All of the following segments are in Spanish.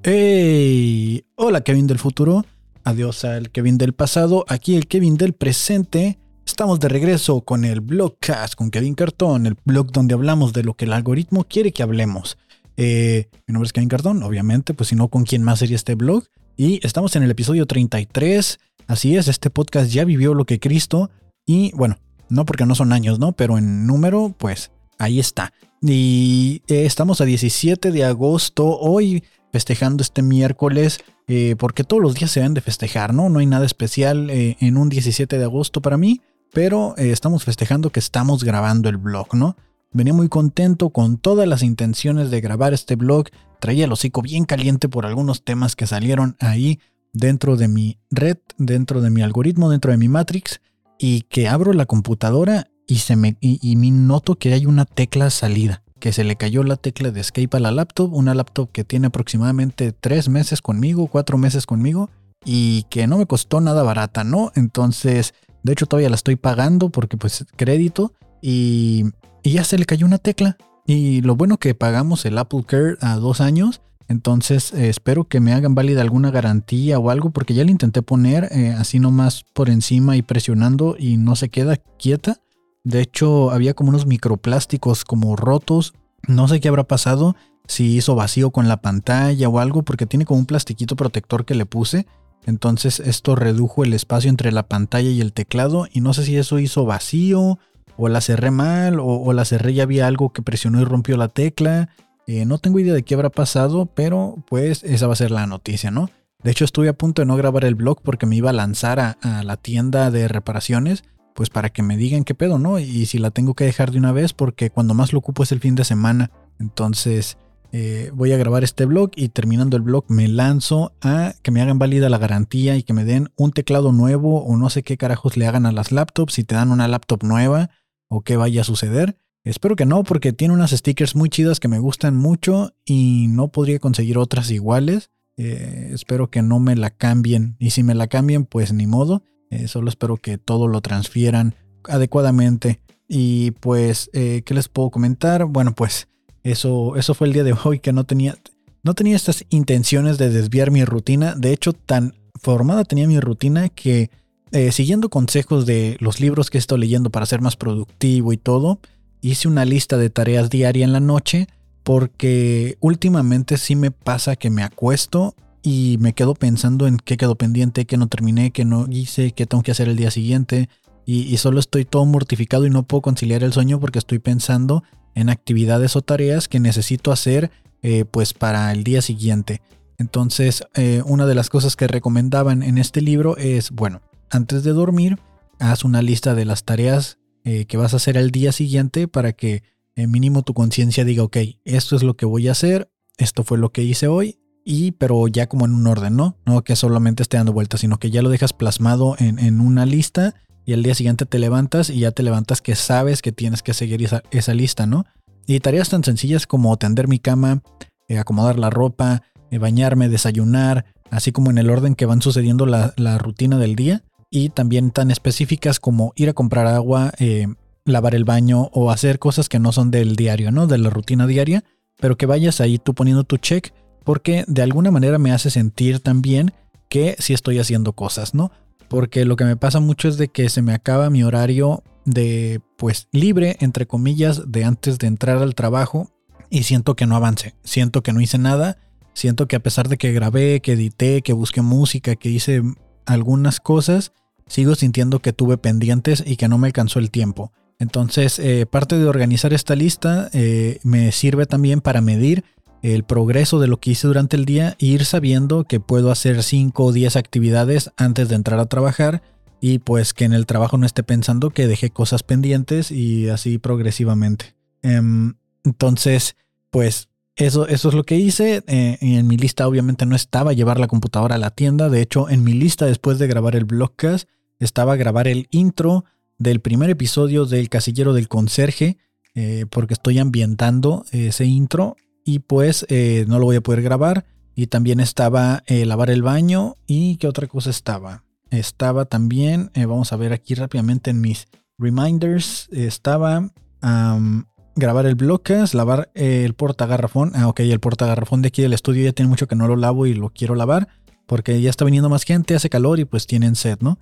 ¡Hey! Hola Kevin del futuro, adiós al Kevin del pasado, aquí el Kevin del presente. Estamos de regreso con el Blogcast con Kevin Cartón, el blog donde hablamos de lo que el algoritmo quiere que hablemos. Mi nombre es Kevin Cartón, obviamente, pues si no, ¿con quién más sería este blog? Y estamos en el episodio 33, así es, este podcast ya vivió lo que Cristo, y bueno, no porque no son años, ¿no? Pero en número, pues ahí está. Y estamos a 17 de agosto, hoy festejando este miércoles, porque todos los días se deben de festejar, ¿no? No hay nada especial en un 17 de agosto para mí, pero estamos festejando que estamos grabando el blog, ¿no? Venía muy contento con todas las intenciones de grabar este blog, traía el hocico bien caliente por algunos temas que salieron ahí dentro de mi red, dentro de mi algoritmo, dentro de mi Matrix, y que abro la computadora y me noto que hay una tecla salida, que se le cayó la tecla de escape a la laptop, una laptop que tiene aproximadamente 3 meses conmigo, 4 meses conmigo, y que no me costó nada barata, ¿no? Entonces, de hecho todavía la estoy pagando porque pues crédito, y ya se le cayó una tecla. Y lo bueno que pagamos el Apple Care a 2 años, entonces espero que me hagan válida alguna garantía o algo, porque ya le intenté poner así nomás por encima y presionando y no se queda quieta. De hecho, había como unos microplásticos como rotos. No sé qué habrá pasado, si hizo vacío con la pantalla o algo, porque tiene como un plastiquito protector que le puse. Entonces esto redujo el espacio entre la pantalla y el teclado. Y no sé si eso hizo vacío, o la cerré mal, o la cerré y había algo que presionó y rompió la tecla. No tengo idea de qué habrá pasado, pero pues esa va a ser la noticia, ¿no? De hecho, estuve a punto de no grabar el blog porque me iba a lanzar a la tienda de reparaciones, pues para que me digan qué pedo, ¿no? Y si la tengo que dejar de una vez, porque cuando más lo ocupo es el fin de semana. Entonces voy a grabar este blog y terminando el blog me lanzo a que me hagan válida la garantía y que me den un teclado nuevo, o no sé qué carajos le hagan a las laptops, si te dan una laptop nueva o qué vaya a suceder. Espero que no, porque tiene unas stickers muy chidas que me gustan mucho y no podría conseguir otras iguales. Espero que no me la cambien, y si me la cambien pues ni modo. Solo espero que todo lo transfieran adecuadamente. Y pues, ¿qué les puedo comentar? Bueno, pues eso fue el día de hoy, que no tenía estas intenciones de desviar mi rutina. De hecho, tan formada tenía mi rutina que siguiendo consejos de los libros que he estado leyendo para ser más productivo y todo, hice una lista de tareas diaria en la noche, porque últimamente sí me pasa que me acuesto y me quedo pensando en qué quedó pendiente, qué no terminé, qué no hice, qué tengo que hacer el día siguiente. Y solo estoy todo mortificado y no puedo conciliar el sueño porque estoy pensando en actividades o tareas que necesito hacer pues para el día siguiente. Entonces, una de las cosas que recomendaban en este libro es, bueno, antes de dormir, haz una lista de las tareas que vas a hacer el día siguiente para que mínimo tu conciencia diga, ok, esto es lo que voy a hacer, esto fue lo que hice hoy. Pero ya como en un orden, ¿no? No que solamente esté dando vueltas, sino que ya lo dejas plasmado en una lista, y al día siguiente te levantas y ya te levantas que sabes que tienes que seguir esa lista, ¿no? Y tareas tan sencillas como tender mi cama, acomodar la ropa, bañarme, desayunar, así como en el orden que van sucediendo la rutina del día, y también tan específicas como ir a comprar agua, lavar el baño o hacer cosas que no son del diario, ¿no? De la rutina diaria, pero que vayas ahí tú poniendo tu check, porque de alguna manera me hace sentir también que sí estoy haciendo cosas, ¿no? Porque lo que me pasa mucho es de que se me acaba mi horario de, pues, libre, entre comillas, de antes de entrar al trabajo, y siento que no avancé, siento que no hice nada, siento que a pesar de que grabé, que edité, que busqué música, que hice algunas cosas, sigo sintiendo que tuve pendientes y que no me alcanzó el tiempo. Entonces, parte de organizar esta lista me sirve también para medir el progreso de lo que hice durante el día e ir sabiendo que puedo hacer 5 o 10 actividades antes de entrar a trabajar, y pues que en el trabajo no esté pensando que dejé cosas pendientes, y así progresivamente. Entonces, pues eso es lo que hice. En mi lista obviamente no estaba llevar la computadora a la tienda. De hecho, en mi lista después de grabar el Blogcast estaba grabar el intro del primer episodio del Casillero del Conserje, porque estoy ambientando ese intro. Y pues no lo voy a poder grabar. Y también estaba lavar el baño. ¿Y qué otra cosa estaba? Estaba también, vamos a ver aquí rápidamente en mis reminders. Estaba grabar el blogcast, lavar el portagarrafón. Ah, ok, el portagarrafón de aquí del estudio ya tiene mucho que no lo lavo y lo quiero lavar porque ya está viniendo más gente, hace calor y pues tienen sed, ¿no?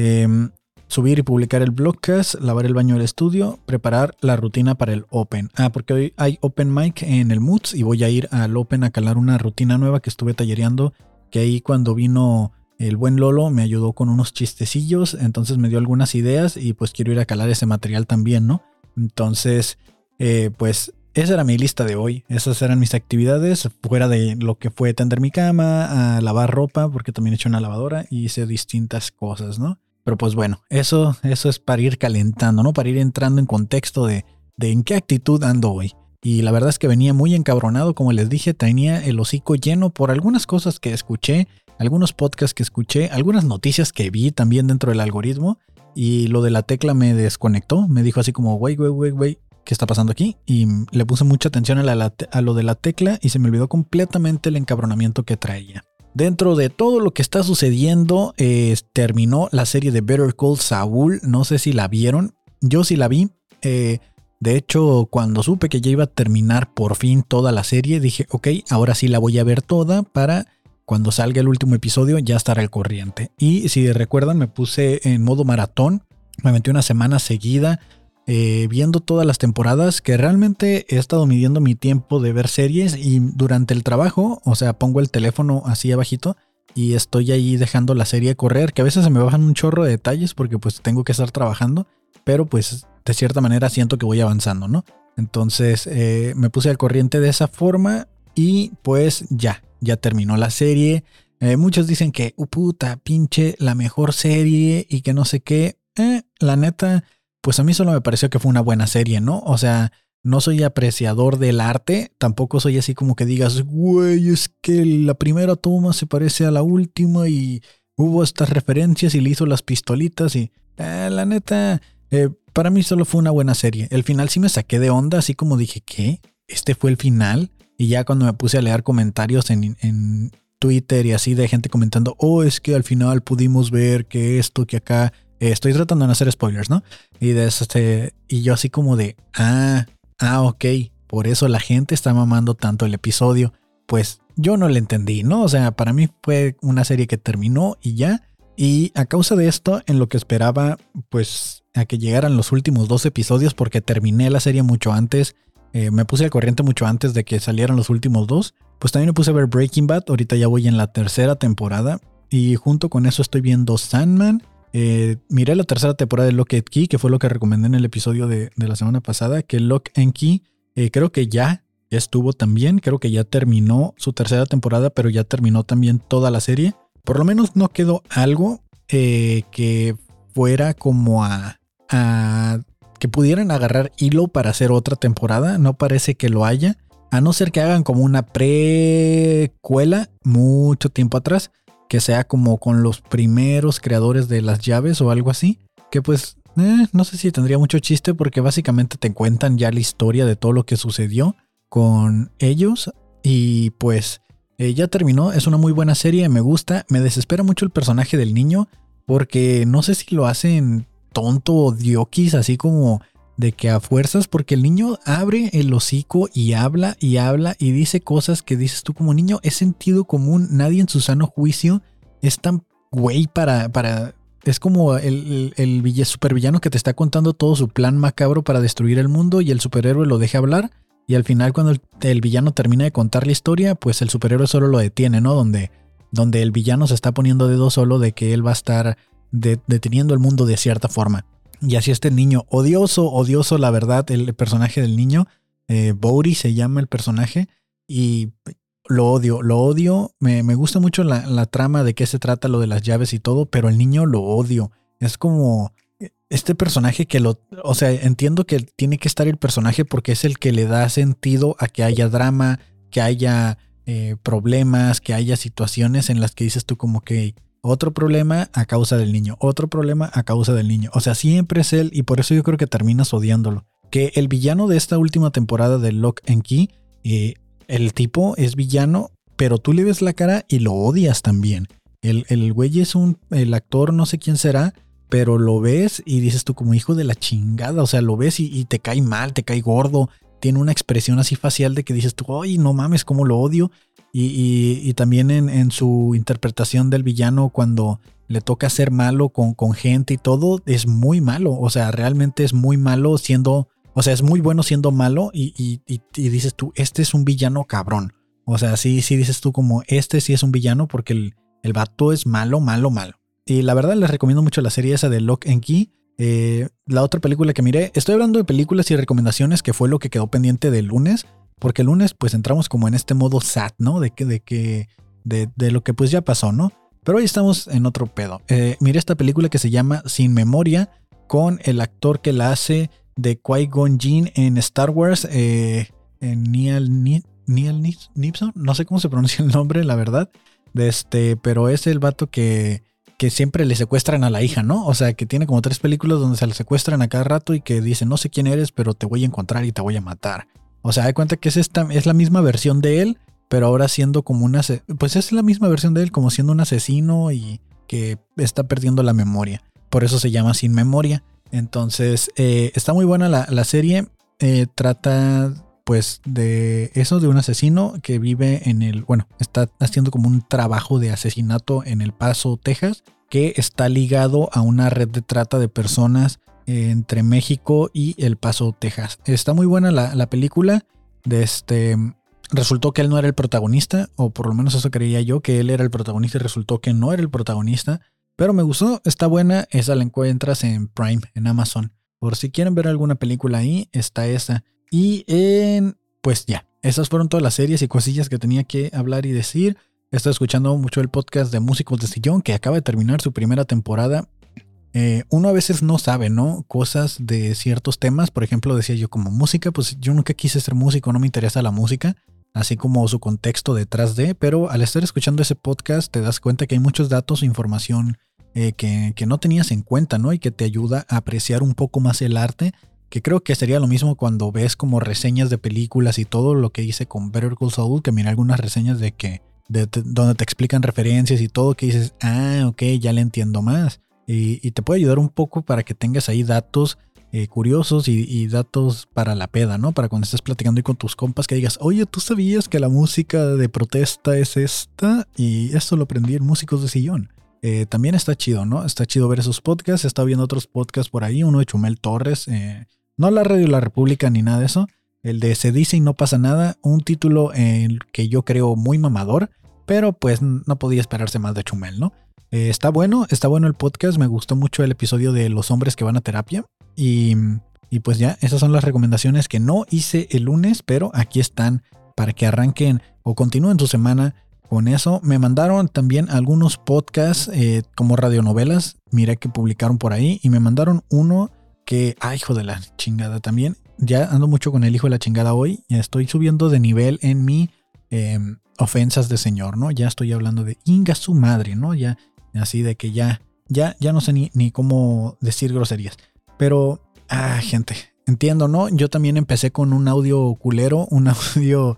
Subir y publicar el blogcast, lavar el baño del estudio, preparar la rutina para el Open. Ah, porque hoy hay Open Mic en el Moods y voy a ir al Open a calar una rutina nueva que estuve tallereando, que ahí cuando vino el buen Lolo me ayudó con unos chistecillos, entonces me dio algunas ideas y pues quiero ir a calar ese material también, ¿no? Entonces, pues esa era mi lista de hoy. Esas eran mis actividades, fuera de lo que fue tender mi cama, a lavar ropa, porque también he hecho una lavadora y hice distintas cosas, ¿no? Pero pues bueno, eso es para ir calentando, ¿no? Para ir entrando en contexto de en qué actitud ando hoy. Y la verdad es que venía muy encabronado, como les dije, tenía el hocico lleno por algunas cosas que escuché, algunos podcasts que escuché, algunas noticias que vi también dentro del algoritmo. Y lo de la tecla me desconectó, me dijo así como, güey, ¿qué está pasando aquí? Y le puse mucha atención a lo de la tecla y se me olvidó completamente el encabronamiento que traía. Dentro de todo lo que está sucediendo, terminó la serie de Better Call Saul. No sé si la vieron. Yo sí la vi. De hecho, cuando supe que ya iba a terminar por fin toda la serie, dije, ok, ahora sí la voy a ver toda para cuando salga el último episodio ya estar al corriente. Y si recuerdan, me puse en modo maratón. Me metí una semana seguida viendo todas las temporadas, que realmente he estado midiendo mi tiempo de ver series y durante el trabajo, o sea, pongo el teléfono así abajito y estoy ahí dejando la serie correr, que a veces se me bajan un chorro de detalles porque pues tengo que estar trabajando, pero pues de cierta manera siento que voy avanzando, ¿no? Entonces me puse al corriente de esa forma y pues ya terminó la serie. Muchos dicen que, puta, pinche, la mejor serie y que no sé qué. La neta, pues a mí solo me pareció que fue una buena serie, ¿no? O sea, no soy apreciador del arte, tampoco soy así como que digas, güey, es que la primera toma se parece a la última y hubo estas referencias y le hizo las pistolitas y la neta, para mí solo fue una buena serie. El final sí me saqué de onda, así como dije, ¿qué? ¿Este fue el final? Y ya cuando me puse a leer comentarios en Twitter y así de gente comentando, es que al final pudimos ver que esto, que acá... estoy tratando de no hacer spoilers, ¿no? Y yo así como de, ok, por eso la gente está mamando tanto el episodio. Pues yo no le entendí, ¿no? O sea, para mí fue una serie que terminó y ya. Y a causa de esto, en lo que esperaba, pues a que llegaran los últimos 2 episodios, porque terminé la serie mucho antes, me puse al corriente mucho antes de que salieran los últimos 2, pues también me puse a ver Breaking Bad. Ahorita ya voy en la 3ª temporada y junto con eso estoy viendo Sandman. Miré la 3ª temporada de Lock and Key, que fue lo que recomendé en el episodio de la semana pasada, que Lock and Key creo que ya estuvo también, creo que ya terminó su 3ª temporada, pero ya terminó también toda la serie. Por lo menos no quedó algo que fuera como a que pudieran agarrar hilo para hacer otra temporada. No parece que lo haya, a no ser que hagan como una precuela mucho tiempo atrás, que sea como con los primeros creadores de las llaves o algo así, que pues no sé si tendría mucho chiste porque básicamente te cuentan ya la historia de todo lo que sucedió con ellos y pues ya terminó. Es una muy buena serie, me gusta. Me desespera mucho el personaje del niño porque no sé si lo hacen tonto o diokis, así como de que a fuerzas, porque el niño abre el hocico y habla y dice cosas que dices tú como niño, es sentido común, nadie en su sano juicio es tan güey para es como el supervillano que te está contando todo su plan macabro para destruir el mundo y el superhéroe lo deja hablar y al final cuando el villano termina de contar la historia, pues el superhéroe solo lo detiene, ¿no? Donde el villano se está poniendo dedo solo de que él va a estar deteniendo el mundo de cierta forma. Y así está el niño. Odioso la verdad, el personaje del niño. Bodhi se llama el personaje. Y lo odio. Me gusta mucho la trama de qué se trata, lo de las llaves y todo, pero el niño lo odio. Es como este personaje que o sea, entiendo que tiene que estar el personaje porque es el que le da sentido a que haya drama, que haya problemas, que haya situaciones en las que dices tú como que otro problema a causa del niño, otro problema a causa del niño. O sea, siempre es él y por eso yo creo que terminas odiándolo. Que el villano de esta última temporada de Lock and Key, el tipo es villano, pero tú le ves la cara y lo odias también. El güey es el actor, no sé quién será, pero lo ves y dices tú como hijo de la chingada. O sea, lo ves y te cae mal, te cae gordo. tiene una expresión así facial de que dices tú, ¡ay, no mames, cómo lo odio! Y también en su interpretación del villano cuando le toca ser malo con gente y todo, es muy malo. O sea, realmente es muy malo siendo... O sea, es muy bueno siendo malo y dices tú, este es un villano cabrón. O sea, sí dices tú como, este sí es un villano porque el vato es malo, malo, malo. Y la verdad les recomiendo mucho la serie esa de Lock and Key. La otra película que miré, estoy hablando de películas y recomendaciones que fue lo que quedó pendiente del lunes. Porque el lunes pues entramos como en este modo sad, ¿no? De lo que pues ya pasó, ¿no? Pero hoy estamos en otro pedo. Miré esta película que se llama Sin Memoria con el actor que la hace de Qui-Gon Jinn en Star Wars, Neal Nipson, no sé cómo se pronuncia el nombre, la verdad. Pero es el vato que siempre le secuestran a la hija, ¿no? O sea, que tiene como 3 películas donde se le secuestran a cada rato y que dice, no sé quién eres, pero te voy a encontrar y te voy a matar. O sea, da cuenta que es la misma versión de él, pero ahora siendo como pues es la misma versión de él, como siendo un asesino y que está perdiendo la memoria. Por eso se llama Sin Memoria. Entonces, está muy buena la serie. Trata pues de eso, de un asesino que vive está haciendo como un trabajo de asesinato en El Paso, Texas, que está ligado a una red de trata de personas entre México y El Paso, Texas. Está muy buena la película. Resultó que él no era el protagonista, o por lo menos eso creía yo, que él era el protagonista y resultó que no era el protagonista. Pero me gustó, está buena. Esa la encuentras en Prime, en Amazon. Por si quieren ver alguna película ahí, está esa. Y pues ya, esas fueron todas las series y cosillas que tenía que hablar y decir. Estoy escuchando mucho el podcast de Músicos de Sillón, que acaba de terminar su primera temporada. Uno a veces no sabe, ¿no? Cosas de ciertos temas. Por ejemplo, decía yo como música, pues yo nunca quise ser músico, no me interesa la música, así como su contexto detrás de, pero al estar escuchando ese podcast te das cuenta que hay muchos datos e información que no tenías en cuenta, ¿no? Y que te ayuda a apreciar un poco más el arte, que creo que sería lo mismo cuando ves como reseñas de películas y todo lo que hice con Better Call Saul, que miré algunas reseñas donde te explican referencias y todo, que dices, ok, ya le entiendo más. Y te puede ayudar un poco para que tengas ahí datos curiosos y datos para la peda, ¿no? Para cuando estés platicando ahí con tus compas que digas, oye, ¿tú sabías que la música de protesta es esta? Y esto lo aprendí en Músicos de Sillón. También está chido, ¿no? Está chido ver esos podcasts. He estado viendo otros podcasts por ahí, uno de Chumel Torres, no la Radio La República ni nada de eso. El de Se Dice y No Pasa Nada, un título que yo creo muy mamador, pero pues no podía esperarse más de Chumel, ¿no? Está bueno el podcast, me gustó mucho el episodio de los hombres que van a terapia y pues ya, esas son las recomendaciones que no hice el lunes, pero aquí están para que arranquen o continúen su semana con eso. Me mandaron también algunos podcasts como radionovelas, miré que publicaron por ahí y me mandaron uno que, hijo de la chingada también, ya ando mucho con el hijo de la chingada hoy, ya estoy subiendo de nivel en mi ofensas de señor, ¿no? Ya estoy hablando de inga su madre, ¿no? Ya así de que ya no sé ni cómo decir groserías. Pero, gente, entiendo, ¿no? Yo también empecé con un audio culero, un audio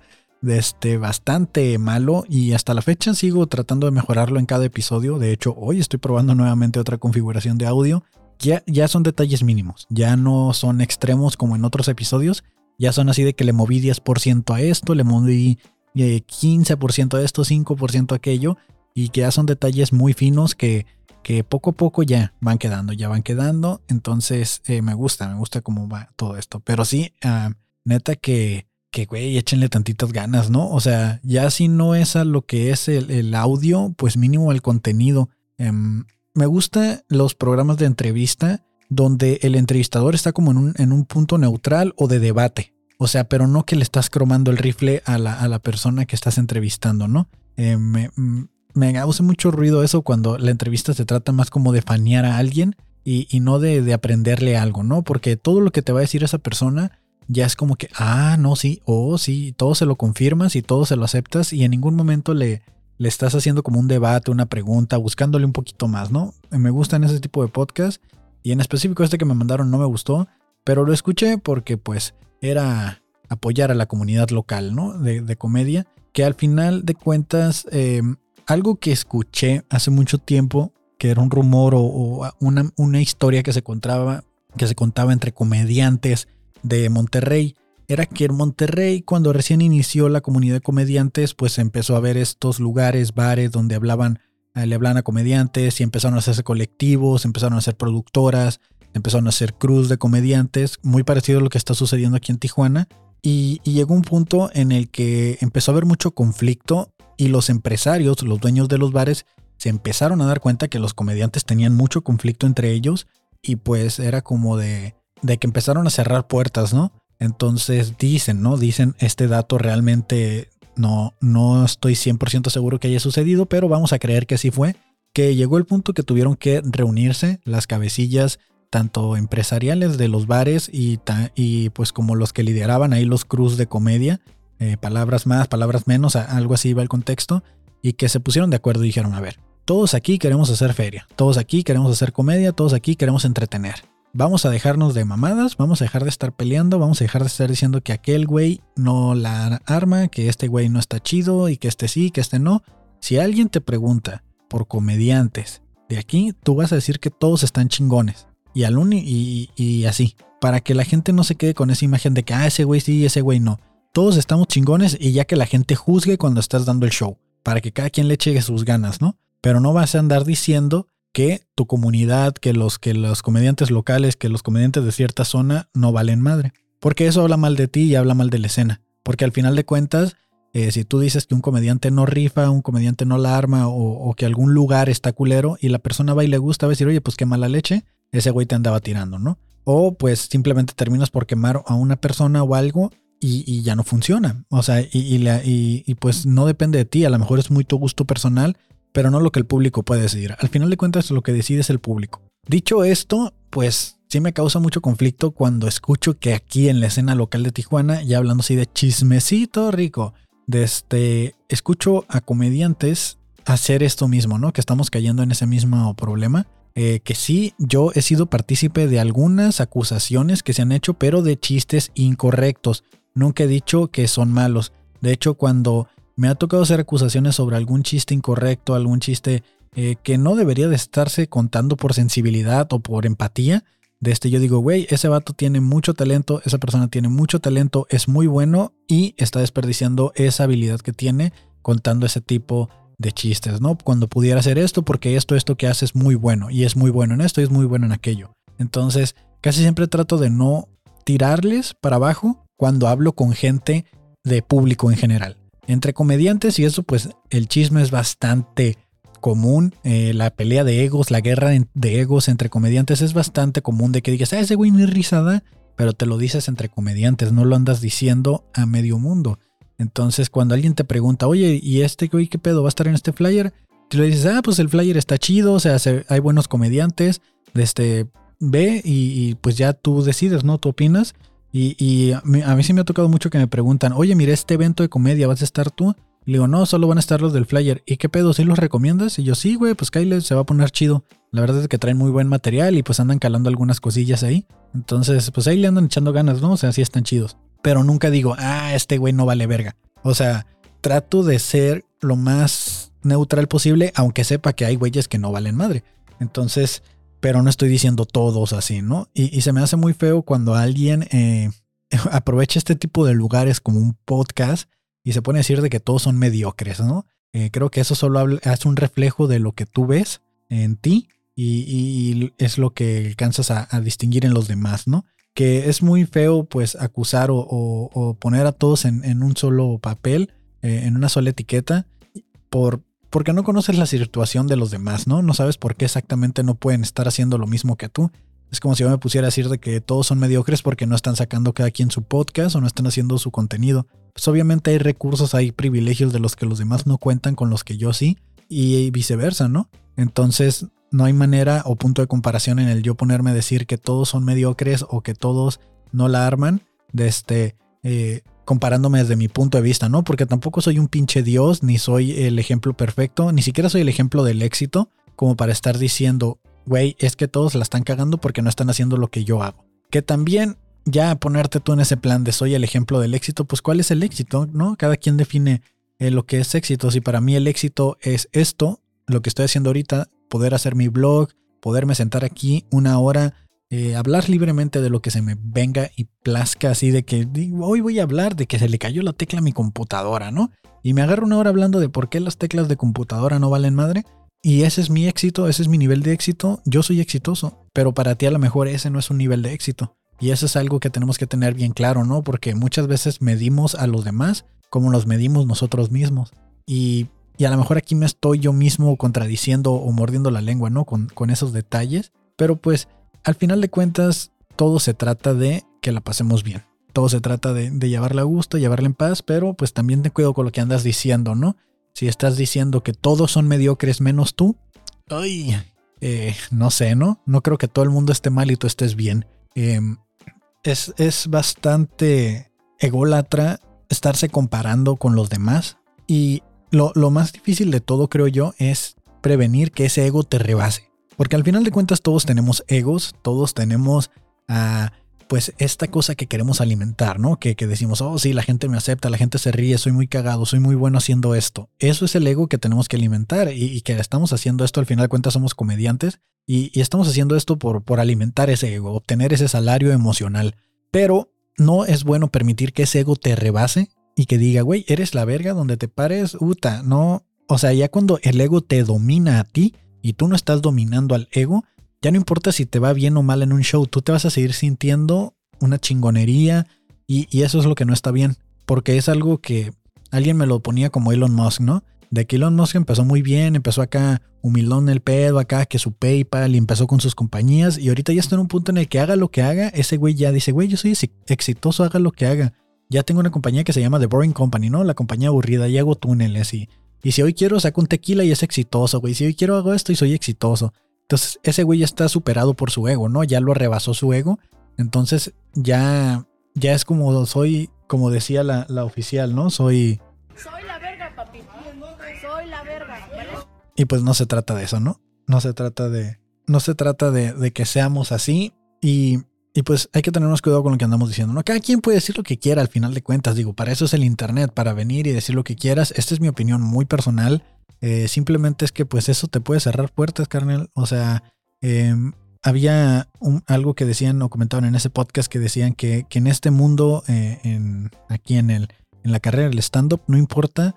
bastante malo y hasta la fecha sigo tratando de mejorarlo en cada episodio. De hecho, hoy estoy probando nuevamente otra configuración de audio. Ya son detalles mínimos, ya no son extremos como en otros episodios. Ya son así de que le moví 10% a esto, le moví 15% a esto, 5% a aquello. Y que ya son detalles muy finos que poco a poco ya van quedando. Entonces me gusta cómo va todo esto. Pero sí, neta que güey, échenle tantitas ganas, ¿no? O sea, ya si no es a lo que es el audio, pues mínimo el contenido. Me gustan los programas de entrevista donde el entrevistador está como en un punto neutral o de debate. O sea, pero no que le estás cromando el rifle a la persona que estás entrevistando, ¿no? Me hace mucho ruido eso cuando la entrevista se trata más como de fanear a alguien y no de aprenderle algo, ¿no? Porque todo lo que te va a decir esa persona ya es como que, no, sí, sí, todo se lo confirmas y todo se lo aceptas y en ningún momento le estás haciendo como un debate, una pregunta, buscándole un poquito más, ¿no? Me gustan ese tipo de podcast y en específico este que me mandaron no me gustó, pero lo escuché porque pues era apoyar a la comunidad local, ¿no? De comedia, que al final de cuentas... algo que escuché hace mucho tiempo, que era un rumor o una historia que se contaba entre comediantes de Monterrey, era que en Monterrey, cuando recién inició la comunidad de comediantes, pues se empezó a ver estos lugares, bares donde le hablaban a comediantes y empezaron a hacerse colectivos, empezaron a hacer productoras, empezaron a hacer crews de comediantes, muy parecido a lo que está sucediendo aquí en Tijuana. Y llegó un punto en el que empezó a haber mucho conflicto y los empresarios, los dueños de los bares, se empezaron a dar cuenta que los comediantes tenían mucho conflicto entre ellos y pues era como de que empezaron a cerrar puertas, ¿no? Entonces dicen, ¿no? Dicen este dato realmente no estoy 100% seguro que haya sucedido, pero vamos a creer que así fue, que llegó el punto que tuvieron que reunirse las cabecillas tanto empresariales de los bares y pues como los que lideraban ahí los crews de comedia, palabras más, palabras menos, algo así iba el contexto, y que se pusieron de acuerdo y dijeron, a ver, todos aquí queremos hacer feria, todos aquí queremos hacer comedia, todos aquí queremos entretener. Vamos a dejarnos de mamadas, vamos a dejar de estar peleando, vamos a dejar de estar diciendo que aquel güey no la arma, que este güey no está chido y que este sí, que este no. Si alguien te pregunta por comediantes de aquí, tú vas a decir que todos están chingones. Y así, para que la gente no se quede con esa imagen de que, ese güey sí, ese güey no. Todos estamos chingones y ya que la gente juzgue cuando estás dando el show, para que cada quien le eche sus ganas, ¿no? Pero no vas a andar diciendo que tu comunidad, que los comediantes locales, que los comediantes de cierta zona no valen madre. Porque eso habla mal de ti y habla mal de la escena. Porque al final de cuentas, si tú dices que un comediante no rifa, un comediante no la arma o que algún lugar está culero y la persona va y le gusta, va a decir, oye, pues qué mala leche, ese güey te andaba tirando, ¿no? O pues simplemente terminas por quemar a una persona o algo y ya no funciona. O sea, y pues no depende de ti, a lo mejor es muy tu gusto personal, pero no lo que el público puede decidir. Al final de cuentas, lo que decide es el público. Dicho esto, pues sí me causa mucho conflicto cuando escucho que aquí en la escena local de Tijuana, ya hablando así de chismecito rico, escucho a comediantes hacer esto mismo, ¿no? Que estamos cayendo en ese mismo problema. Que sí, yo he sido partícipe de algunas acusaciones que se han hecho, pero de chistes incorrectos. Nunca he dicho que son malos. De hecho, cuando me ha tocado hacer acusaciones sobre algún chiste incorrecto, algún chiste que no debería de estarse contando por sensibilidad o por empatía, yo digo, güey, ese vato tiene mucho talento, esa persona tiene mucho talento, es muy bueno y está desperdiciando esa habilidad que tiene contando ese tipo de chistes, ¿no? Cuando pudiera hacer esto, porque esto que hace es muy bueno y es muy bueno en esto y es muy bueno en aquello. Entonces, casi siempre trato de no tirarles para abajo cuando hablo con gente de público en general. Entre comediantes y eso, pues el chisme es bastante común. La pelea de egos, la guerra de egos entre comediantes es bastante común, de que digas, ese güey ni risa da, pero te lo dices entre comediantes, no lo andas diciendo a medio mundo. Entonces, cuando alguien te pregunta, oye, ¿y este güey qué pedo? ¿Va a estar en este flyer? Tú le dices, pues el flyer está chido, o sea, hay buenos comediantes, ve y pues ya tú decides, ¿no? Tú opinas. Y a mí sí me ha tocado mucho que me preguntan, oye, mira, este evento de comedia, ¿vas a estar tú? Y le digo, no, solo van a estar los del flyer. ¿Y qué pedo? ¿Sí los recomiendas? Y yo, sí, güey, pues Kyle se va a poner chido. La verdad es que traen muy buen material y pues andan calando algunas cosillas ahí. Entonces, pues ahí le andan echando ganas, ¿no? O sea, sí están chidos. Pero nunca digo, este güey no vale verga. O sea, trato de ser lo más neutral posible, aunque sepa que hay güeyes que no valen madre. Entonces, pero no estoy diciendo todos así, ¿no? Y se me hace muy feo cuando alguien aprovecha este tipo de lugares como un podcast y se pone a decir de que todos son mediocres, ¿no? Creo que eso solo hace un reflejo de lo que tú ves en ti y es lo que alcanzas a distinguir en los demás, ¿no? Que es muy feo pues acusar o poner a todos en un solo papel, en una sola etiqueta, porque no conoces la situación de los demás, ¿no? No sabes por qué exactamente no pueden estar haciendo lo mismo que tú. Es como si yo me pusiera a decir de que todos son mediocres porque no están sacando cada quien su podcast o no están haciendo su contenido. Pues obviamente hay recursos, hay privilegios de los que los demás no cuentan con los que yo sí y viceversa, ¿no? Entonces no hay manera o punto de comparación en el yo ponerme a decir que todos son mediocres o que todos no la arman comparándome desde mi punto de vista, ¿no? Porque tampoco soy un pinche dios, ni soy el ejemplo perfecto, ni siquiera soy el ejemplo del éxito, como para estar diciendo, güey, es que todos la están cagando porque no están haciendo lo que yo hago. Que también, ya ponerte tú en ese plan de soy el ejemplo del éxito, pues ¿cuál es el éxito? ¿No? Cada quien define lo que es éxito. Si para mí el éxito es esto, lo que estoy haciendo ahorita, poder hacer mi blog, poderme sentar aquí una hora hablar libremente de lo que se me venga y plazca, así de que digo, hoy voy a hablar de que se le cayó la tecla a mi computadora, ¿no? Y me agarro una hora hablando de por qué las teclas de computadora no valen madre. Y ese es mi éxito, ese es mi nivel de éxito. Yo soy exitoso, pero para ti a lo mejor ese no es un nivel de éxito. Y eso es algo que tenemos que tener bien claro, ¿no? Porque muchas veces medimos a los demás como nos medimos nosotros mismos. Y a lo mejor aquí me estoy yo mismo contradiciendo o mordiendo la lengua, ¿no? Con esos detalles. Pero pues al final de cuentas todo se trata de que la pasemos bien. Todo se trata de llevarla a gusto, llevarla en paz, pero pues también ten cuidado con lo que andas diciendo, ¿no? Si estás diciendo que todos son mediocres menos tú, ay, no sé, ¿no? No creo que todo el mundo esté mal y tú estés bien. Es bastante ególatra estarse comparando con los demás. Y lo más difícil de todo, creo yo, es prevenir que ese ego te rebase. Porque al final de cuentas todos tenemos egos, todos tenemos pues esta cosa que queremos alimentar, ¿no? Que decimos, oh sí, la gente me acepta, la gente se ríe, soy muy cagado, soy muy bueno haciendo esto. Eso es el ego que tenemos que alimentar y que estamos haciendo esto, al final de cuentas somos comediantes y estamos haciendo esto por alimentar ese ego, obtener ese salario emocional. Pero no es bueno permitir que ese ego te rebase y que diga, güey, eres la verga donde te pares, no. O sea, ya cuando el ego te domina a ti y tú no estás dominando al ego, ya no importa si te va bien o mal en un show, tú te vas a seguir sintiendo una chingonería y eso es lo que no está bien, porque es algo que alguien me lo ponía como Elon Musk, ¿no? De que Elon Musk empezó muy bien, empezó acá humilón el pedo, acá que su PayPal y empezó con sus compañías y ahorita ya está en un punto en el que haga lo que haga, ese güey ya dice, güey, yo soy exitoso, haga lo que haga. Ya tengo una compañía que se llama The Boring Company, ¿no? La compañía aburrida, y hago túneles y si hoy quiero saco un tequila y es exitoso, güey. Si hoy quiero hago esto y soy exitoso. Entonces ese güey ya está superado por su ego, ¿no? Ya lo rebasó su ego. Entonces ya es como soy, como decía la oficial, ¿no? Soy la verga, papi. Soy la verga, ¿vale? Y pues no se trata de eso, ¿no? No se trata de que seamos así y pues hay que tenernos cuidado con lo que andamos diciendo, ¿no? Cada quien puede decir lo que quiera al final de cuentas. Digo, para eso es el internet, para venir y decir lo que quieras. Esta es mi opinión muy personal. Simplemente es que pues eso te puede cerrar puertas, carnal. O sea, había algo que decían o comentaban en ese podcast que decían que en este mundo, aquí en la carrera del stand-up, no importa,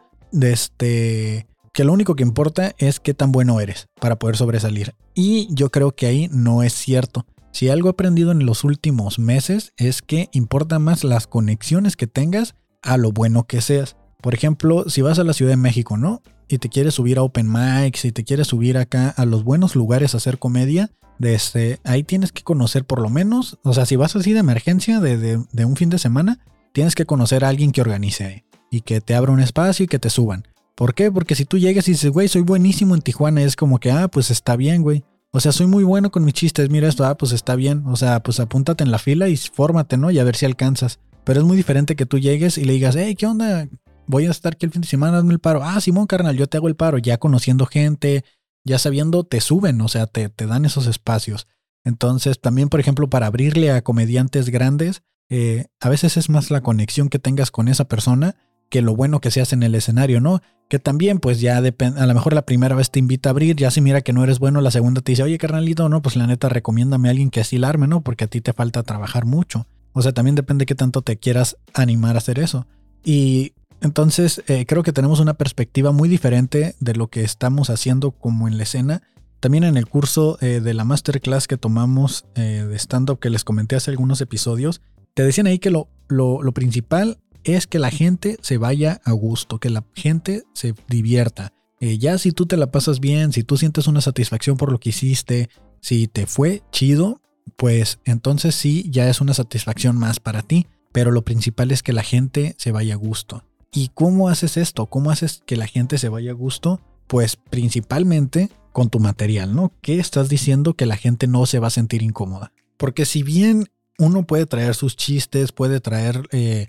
que lo único que importa es qué tan bueno eres para poder sobresalir. Y yo creo que ahí no es cierto. Si algo he aprendido en los últimos meses es que importa más las conexiones que tengas a lo bueno que seas. Por ejemplo, si vas a la Ciudad de México, ¿no? Y te quieres subir a open mics, y te quieres subir acá a los buenos lugares a hacer comedia, ahí tienes que conocer por lo menos, o sea, si vas así de emergencia de un fin de semana, tienes que conocer a alguien que organice ahí y que te abra un espacio y que te suban. ¿Por qué? Porque si tú llegas y dices, güey, soy buenísimo en Tijuana, es como que, pues está bien, güey. O sea, soy muy bueno con mis chistes, mira esto, pues está bien. O sea, pues apúntate en la fila y fórmate, ¿no? Y a ver si alcanzas. Pero es muy diferente que tú llegues y le digas, hey, ¿qué onda? Voy a estar aquí el fin de semana, hazme el paro. Simón, carnal, yo te hago el paro. Ya conociendo gente, ya sabiendo, te suben, o sea, te dan esos espacios. Entonces, también, por ejemplo, para abrirle a comediantes grandes, a veces es más la conexión que tengas con esa persona que lo bueno que se hace en el escenario, ¿no? Que también, pues ya depende, a lo mejor la primera vez te invita a abrir, ya si mira que no eres bueno, la segunda te dice, oye, carnalito, no, pues la neta, recomiéndame a alguien que así la arme, ¿no? Porque a ti te falta trabajar mucho. O sea, también depende de qué tanto te quieras animar a hacer eso. Y entonces, creo que tenemos una perspectiva muy diferente de lo que estamos haciendo como en la escena. También en el curso de la masterclass que tomamos de stand-up que les comenté hace algunos episodios, te decían ahí que lo principal es que la gente se vaya a gusto, que la gente se divierta. Ya si tú te la pasas bien, si tú sientes una satisfacción por lo que hiciste, si te fue chido, pues entonces sí, ya es una satisfacción más para ti. Pero lo principal es que la gente se vaya a gusto. ¿Y cómo haces esto? ¿Cómo haces que la gente se vaya a gusto? Pues principalmente con tu material, ¿no? ¿Qué estás diciendo que la gente no se va a sentir incómoda? Porque si bien uno puede traer sus chistes, puede traer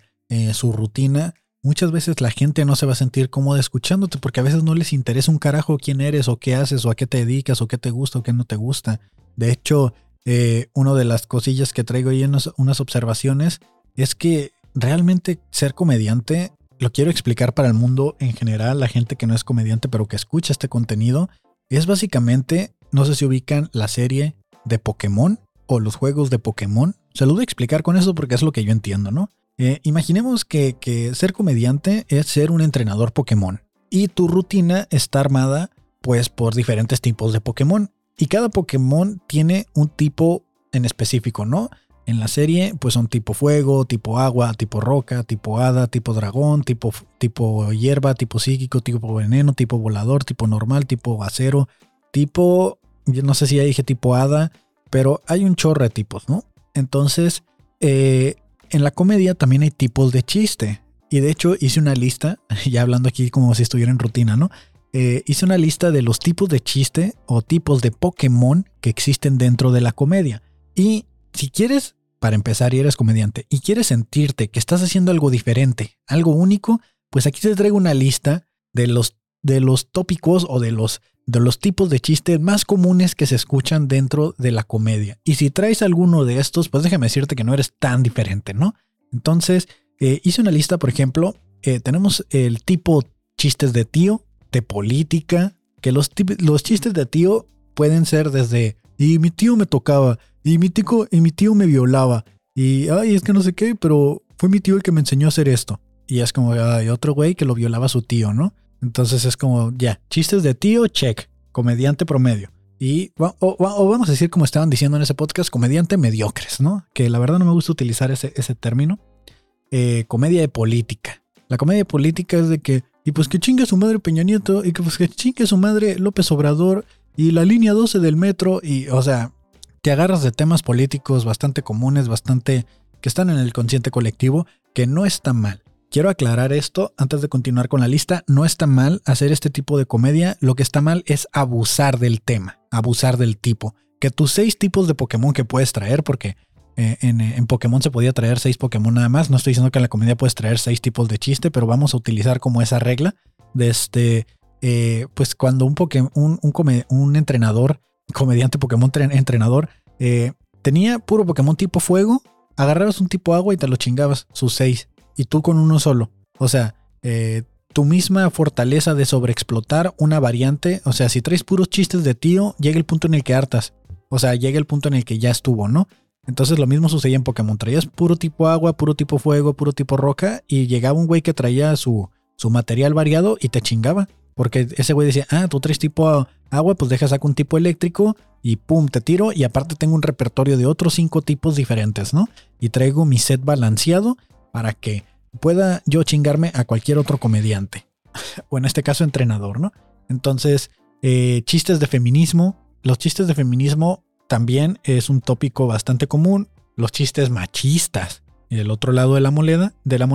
su rutina, muchas veces la gente no se va a sentir cómoda escuchándote porque a veces no les interesa un carajo quién eres o qué haces o a qué te dedicas o qué te gusta o qué no te gusta. De hecho, una de las cosillas que traigo ahí en unas observaciones es que realmente ser comediante, lo quiero explicar para el mundo en general, la gente que no es comediante pero que escucha este contenido, es básicamente, no sé si ubican la serie de Pokémon o los juegos de Pokémon. Se lo voy a explicar con eso porque es lo que yo entiendo, ¿no? Imaginemos que ser comediante es ser un entrenador Pokémon y tu rutina está armada pues por diferentes tipos de Pokémon y cada Pokémon tiene un tipo en específico, ¿no? En la serie pues son tipo fuego, tipo agua, tipo roca, tipo hada, tipo dragón, tipo hierba, tipo psíquico, tipo veneno, tipo volador, tipo normal, tipo acero, tipo, yo no sé si ya dije tipo hada, pero hay un chorro de tipos, ¿no? Entonces, en la comedia también hay tipos de chiste. Y de hecho hice una lista, ya hablando aquí como si estuviera en rutina, ¿no? Hice una lista de los tipos de chiste o tipos de Pokémon que existen dentro de la comedia. Y si quieres, para empezar, y eres comediante, y quieres sentirte que estás haciendo algo diferente, algo único, pues aquí te traigo una lista de los tópicos o de los tipos de chistes más comunes que se escuchan dentro de la comedia. Y si traes alguno de estos, pues déjame decirte que no eres tan diferente, ¿no? Entonces, hice una lista, por ejemplo, tenemos el tipo chistes de tío, de política, que los chistes de tío pueden ser desde, y mi tío me tocaba, y mi tío me violaba, y ay, es que no sé qué, pero fue mi tío el que me enseñó a hacer esto. Y es como, hay otro güey que lo violaba a su tío, ¿no? Entonces es como, ya, chistes de tío, check, comediante promedio. Y o vamos a decir, como estaban diciendo en ese podcast, comediante mediocres, ¿no? Que la verdad no me gusta utilizar ese término. Comedia de política. La comedia de política es de que, y pues que chingue su madre Peña Nieto, y que pues que chingue su madre López Obrador, y la línea 12 del metro, y o sea, te agarras de temas políticos bastante comunes, bastante que están en el consciente colectivo, que no está mal. Quiero aclarar esto antes de continuar con la lista. No está mal hacer este tipo de comedia. Lo que está mal es abusar del tema, abusar del tipo. Que tus 6 tipos de Pokémon que puedes traer, porque en Pokémon se podía traer 6 Pokémon nada más. No estoy diciendo que en la comedia puedes traer 6 tipos de chiste, pero vamos a utilizar como esa regla de pues cuando un entrenador, comediante Pokémon entrenador, tenía puro Pokémon tipo fuego, agarrabas un tipo agua y te lo chingabas, sus 6. Y tú con uno solo. O sea, tu misma fortaleza de sobreexplotar una variante. O sea, si traes puros chistes de tío, llega el punto en el que hartas. O sea, llega el punto en el que ya estuvo, ¿no? Entonces lo mismo sucedía en Pokémon. Traías puro tipo agua, puro tipo fuego, puro tipo roca. Y llegaba un güey que traía su material variado y te chingaba. Porque ese güey decía, tú traes tipo agua, pues deja sacar un tipo eléctrico y pum, te tiro. Y aparte tengo un repertorio de otros 5 tipos diferentes, ¿no? Y traigo mi set balanceado para que pueda yo chingarme a cualquier otro comediante. O en este caso entrenador, ¿no? Entonces, chistes de feminismo. Los chistes de feminismo también es un tópico bastante común. Los chistes machistas. Y del otro lado de la moneda,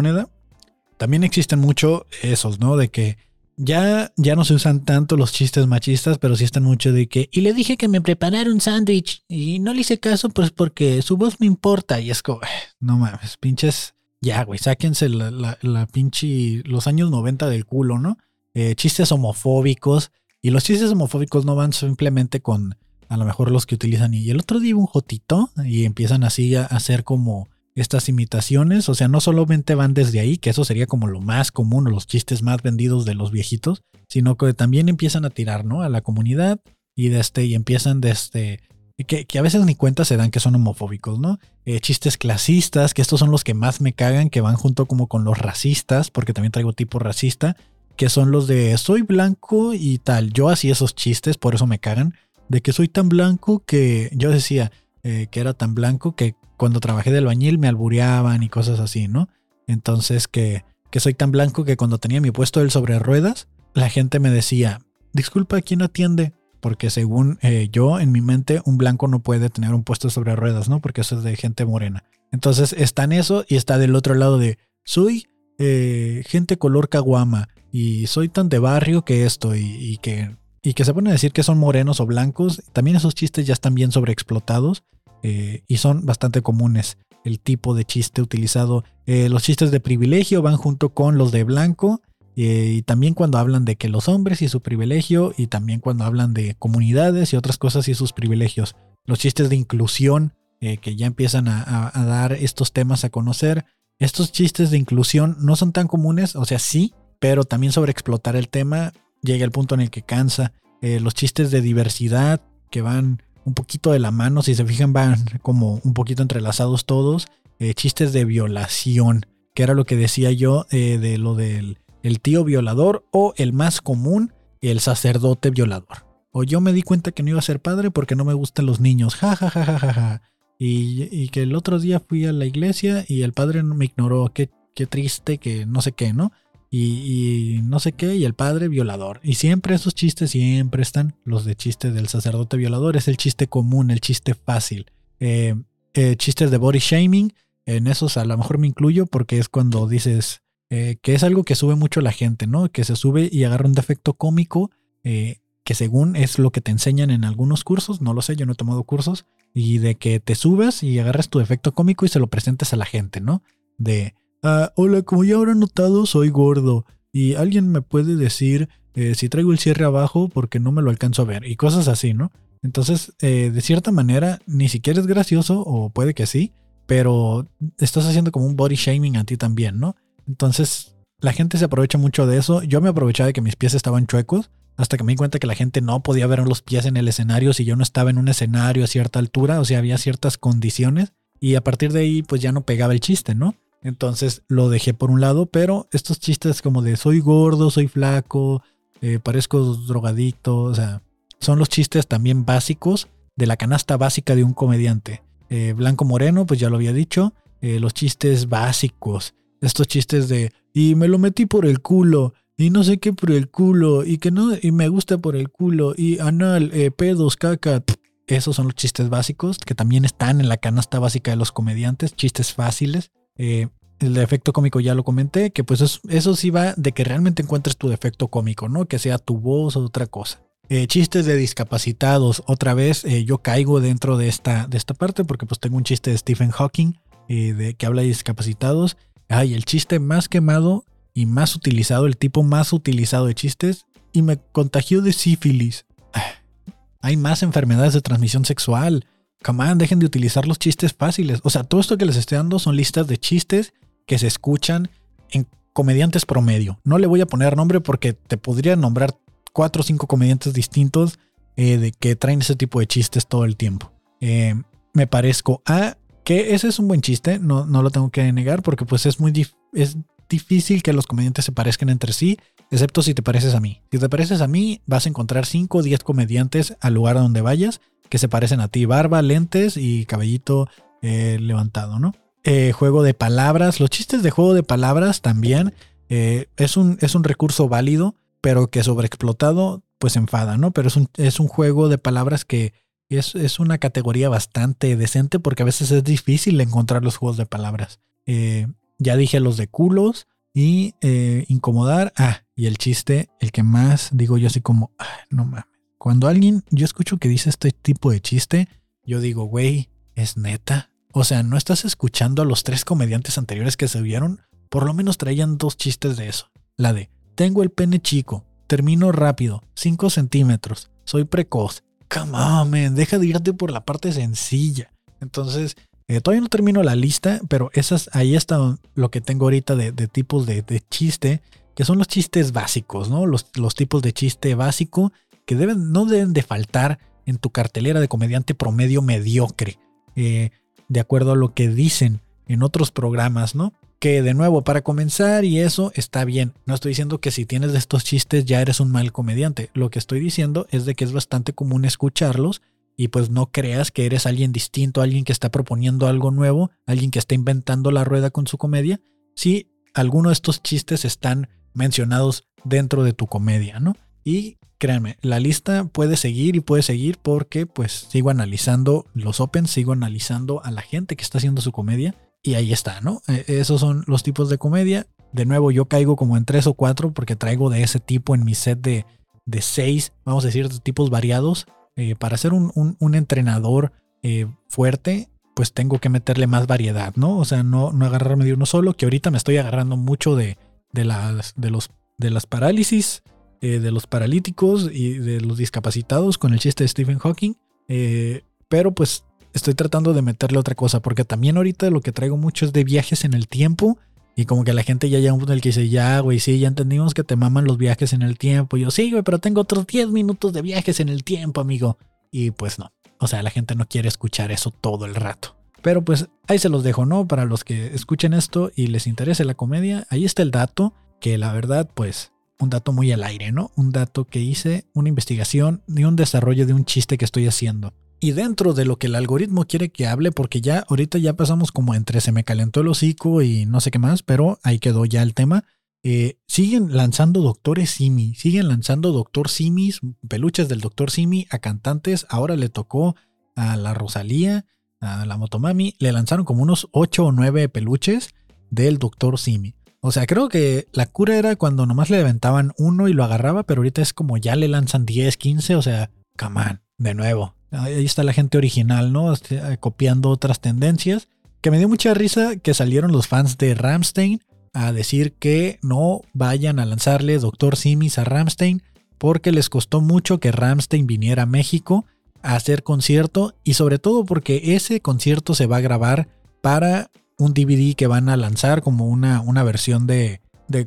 también existen mucho esos, ¿no? De que ya no se usan tanto los chistes machistas, pero sí están mucho de que, y le dije que me preparara un sándwich y no le hice caso pues porque su voz me importa. Y es como, no mames, pinches. Ya, güey, sáquense la pinche los años 90 del culo, ¿no? Chistes homofóbicos. Y los chistes homofóbicos no van simplemente con a lo mejor los que utilizan. Y el otro día un jotito y empiezan así a hacer como estas imitaciones. O sea, no solamente van desde ahí, que eso sería como lo más común o los chistes más vendidos de los viejitos, sino que también empiezan a tirar, ¿no? A la comunidad y empiezan que a veces ni cuenta se dan que son homofóbicos, ¿no? Chistes clasistas, que estos son los que más me cagan, que van junto como con los racistas, porque también traigo tipo racista, que son los de soy blanco y tal. Yo hacía esos chistes, por eso me cagan, de que soy tan blanco que yo decía que era tan blanco que cuando trabajé de albañil me albureaban y cosas así, ¿no? Entonces que soy tan blanco que cuando tenía mi puesto del sobre ruedas, la gente me decía, disculpa, ¿quién atiende? Porque según yo, en mi mente, un blanco no puede tener un puesto sobre ruedas, ¿no? Porque eso es de gente morena. Entonces está en eso y está del otro lado de soy gente color caguama y soy tan de barrio que esto y que se ponen a decir que son morenos o blancos. También esos chistes ya están bien sobreexplotados y son bastante comunes. El tipo de chiste utilizado, los chistes de privilegio van junto con los de blanco. Y también cuando hablan de que los hombres y su privilegio, y también cuando hablan de comunidades y otras cosas y sus privilegios. Los chistes de inclusión, que ya empiezan a dar estos temas a conocer. Estos chistes de inclusión no son tan comunes, o sea, sí, pero también sobreexplotar el tema llega el punto en el que cansa. Los chistes de diversidad, que van un poquito de la mano. Si se fijan, van como un poquito entrelazados todos. Chistes de violación, que era lo que decía yo de lo del el tío violador o el más común, el sacerdote violador. O yo me di cuenta que no iba a ser padre porque no me gustan los niños. Ja, ja, ja, ja, ja, ja. Y que el otro día fui a la iglesia y el padre me ignoró. Qué triste, que no sé qué, ¿no? Y no sé qué, y el padre violador. Y siempre esos chistes siempre están. Los de chiste del sacerdote violador es el chiste común, el chiste fácil. Chistes de body shaming, en esos a lo mejor me incluyo porque es cuando dices que es algo que sube mucho la gente, ¿no? Que se sube y agarra un defecto cómico que según es lo que te enseñan en algunos cursos, no lo sé, yo no he tomado cursos, y de que te subas y agarras tu defecto cómico y se lo presentes a la gente, ¿no? De, hola, como ya habrán notado, soy gordo, y alguien me puede decir si traigo el cierre abajo porque no me lo alcanzo a ver, y cosas así, ¿no? Entonces, de cierta manera, ni siquiera es gracioso, o puede que sí, pero estás haciendo como un body shaming a ti también, ¿no? Entonces, la gente se aprovecha mucho de eso. Yo me aprovechaba de que mis pies estaban chuecos, hasta que me di cuenta que la gente no podía ver los pies en el escenario si yo no estaba en un escenario a cierta altura, o sea, había ciertas condiciones, y a partir de ahí, pues ya no pegaba el chiste, ¿no? Entonces lo dejé por un lado, pero estos chistes como de soy gordo, soy flaco, parezco drogadicto, o sea, son los chistes también básicos de la canasta básica de un comediante. Blanco Moreno, pues ya lo había dicho, los chistes básicos, estos chistes de y me lo metí por el culo, y no sé qué por el culo, y que no, y me gusta por el culo, y anal, pedos, caca. Esos son los chistes básicos que también están en la canasta básica de los comediantes, chistes fáciles. El defecto cómico ya lo comenté, que pues eso sí va de que realmente encuentres tu defecto cómico, ¿no? Que sea tu voz o otra cosa. Chistes de discapacitados, otra vez yo caigo dentro de esta parte porque pues tengo un chiste de Stephen Hawking de que habla de discapacitados. Ay, el chiste más quemado y más utilizado, el tipo más utilizado de chistes, y me contagió de sífilis. Hay más enfermedades de transmisión sexual. Come on, dejen de utilizar los chistes fáciles. O sea, todo esto que les estoy dando son listas de chistes que se escuchan en comediantes promedio. No le voy a poner nombre porque te podría nombrar 4 o 5 comediantes distintos de que traen ese tipo de chistes todo el tiempo. Me parezco a que ese es un buen chiste, no lo tengo que negar porque pues es difícil que los comediantes se parezcan entre sí, excepto si te pareces a mí. Si te pareces a mí, vas a encontrar 5 o 10 comediantes al lugar a donde vayas que se parecen a ti. Barba, lentes y cabellito levantado, ¿no? Juego de palabras. Los chistes de juego de palabras también es un recurso válido, pero que sobreexplotado pues enfada, ¿no? Pero es un juego de palabras que es una categoría bastante decente porque a veces es difícil encontrar los juegos de palabras. Ya dije los de culos y incomodar. Y el chiste, el que más digo yo así como, no mames. Cuando yo escucho que dice este tipo de chiste, yo digo, güey, ¿es neta? O sea, ¿no estás escuchando a los 3 comediantes anteriores que se vieron? Por lo menos traían 2 chistes de eso. La de, tengo el pene chico, termino rápido, 5 centímetros, soy precoz. Come on, man, deja de irte por la parte sencilla. Entonces, todavía no termino la lista, pero ahí está lo que tengo ahorita de tipos de chiste, que son los chistes básicos, ¿no? Los tipos de chiste básico que no deben de faltar en tu cartelera de comediante promedio mediocre, de acuerdo a lo que dicen en otros programas, ¿no? Que de nuevo, para comenzar y eso está bien. No estoy diciendo que si tienes de estos chistes ya eres un mal comediante. Lo que estoy diciendo es de que es bastante común escucharlos y pues no creas que eres alguien distinto, alguien que está proponiendo algo nuevo, alguien que está inventando la rueda con su comedia, si alguno de estos chistes están mencionados dentro de tu comedia, ¿no? Y créanme, la lista puede seguir porque pues sigo analizando los opens, sigo analizando a la gente que está haciendo su comedia y ahí está, ¿no? Esos son los tipos de comedia. De nuevo, yo caigo como en 3 o 4 porque traigo de ese tipo en mi set de 6, vamos a decir, de tipos variados. Para ser un entrenador fuerte, pues tengo que meterle más variedad, ¿no? O sea, no agarrarme de uno solo, que ahorita me estoy agarrando mucho de las parálisis, de los paralíticos y de los discapacitados con el chiste de Stephen Hawking. Pero pues estoy tratando de meterle otra cosa, porque también ahorita lo que traigo mucho es de viajes en el tiempo. Y como que la gente ya llega a un punto en el que dice, ya, güey, sí, ya entendimos que te maman los viajes en el tiempo. Y yo, sí, güey, pero tengo otros 10 minutos de viajes en el tiempo, amigo. Y pues no. O sea, la gente no quiere escuchar eso todo el rato. Pero pues ahí se los dejo, ¿no? Para los que escuchen esto y les interese la comedia, ahí está el dato, que la verdad, pues, un dato muy al aire, ¿no? Un dato que hice, una investigación y un desarrollo de un chiste que estoy haciendo. Y dentro de lo que el algoritmo quiere que hable, porque ya ahorita ya pasamos como entre se me calentó el hocico y no sé qué más, pero ahí quedó ya el tema. Siguen lanzando Doctores Simi, siguen lanzando Doctor Simis, peluches del Doctor Simi a cantantes. Ahora le tocó a la Rosalía, a la Motomami, le lanzaron como unos 8 o 9 peluches del Doctor Simi. O sea, creo que la cura era cuando nomás le aventaban uno y lo agarraba, pero ahorita es como ya le lanzan 10, 15, o sea, come on, de nuevo. Ahí está la gente original, ¿no? Copiando otras tendencias. Que me dio mucha risa que salieron los fans de Rammstein a decir que no vayan a lanzarle Doctor Simis a Rammstein porque les costó mucho que Rammstein viniera a México a hacer concierto y sobre todo porque ese concierto se va a grabar para un DVD que van a lanzar como una versión de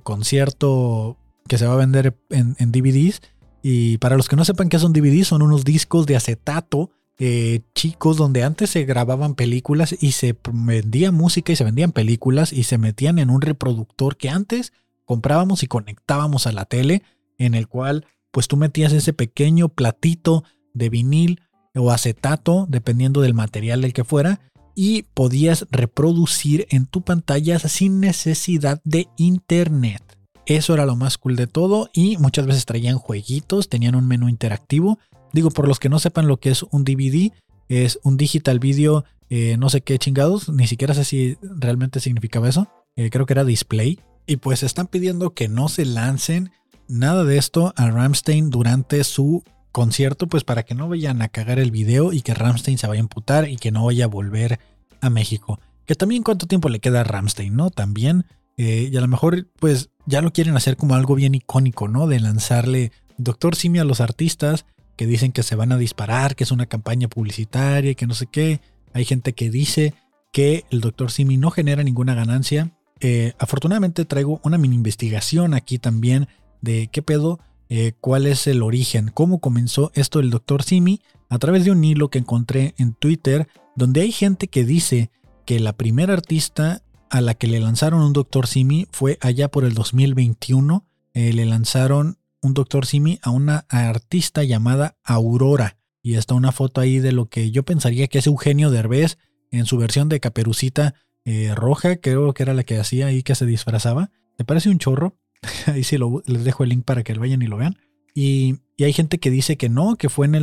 concierto que se va a vender en DVDs. Y para los que no sepan qué son DVDs, son unos discos de acetato chicos donde antes se grababan películas y se vendía música y se vendían películas y se metían en un reproductor que antes comprábamos y conectábamos a la tele, en el cual pues tú metías ese pequeño platito de vinil o acetato, dependiendo del material del que fuera, y podías reproducir en tu pantalla sin necesidad de internet. Eso era lo más cool de todo y muchas veces traían jueguitos, tenían un menú interactivo. Digo, por los que no sepan lo que es un DVD, es un digital video, no sé qué chingados, ni siquiera sé si realmente significaba eso. Creo que era display. Y pues están pidiendo que no se lancen nada de esto a Rammstein durante su concierto, pues para que no vayan a cagar el video y que Rammstein se vaya a emputar y que no vaya a volver a México. Que también cuánto tiempo le queda a Rammstein, ¿no? También, y a lo mejor pues ya lo quieren hacer como algo bien icónico, ¿no? De lanzarle Doctor Simi a los artistas que dicen que se van a disparar, que es una campaña publicitaria, que no sé qué. Hay gente que dice que el Doctor Simi no genera ninguna ganancia. Afortunadamente traigo una mini investigación aquí también de qué pedo, cuál es el origen, cómo comenzó esto del Doctor Simi, a través de un hilo que encontré en Twitter, donde hay gente que dice que la primera artista a la que le lanzaron un Doctor Simi fue allá por el 2021. Le lanzaron un Doctor Simi a una artista llamada Aurora. Y está una foto ahí de lo que yo pensaría que es Eugenio Derbez en su versión de Caperucita Roja, creo que era la que hacía ahí, que se disfrazaba. Me parece un chorro. Ahí sí les dejo el link para que lo vayan y lo vean. Y hay gente que dice que no, que fue en el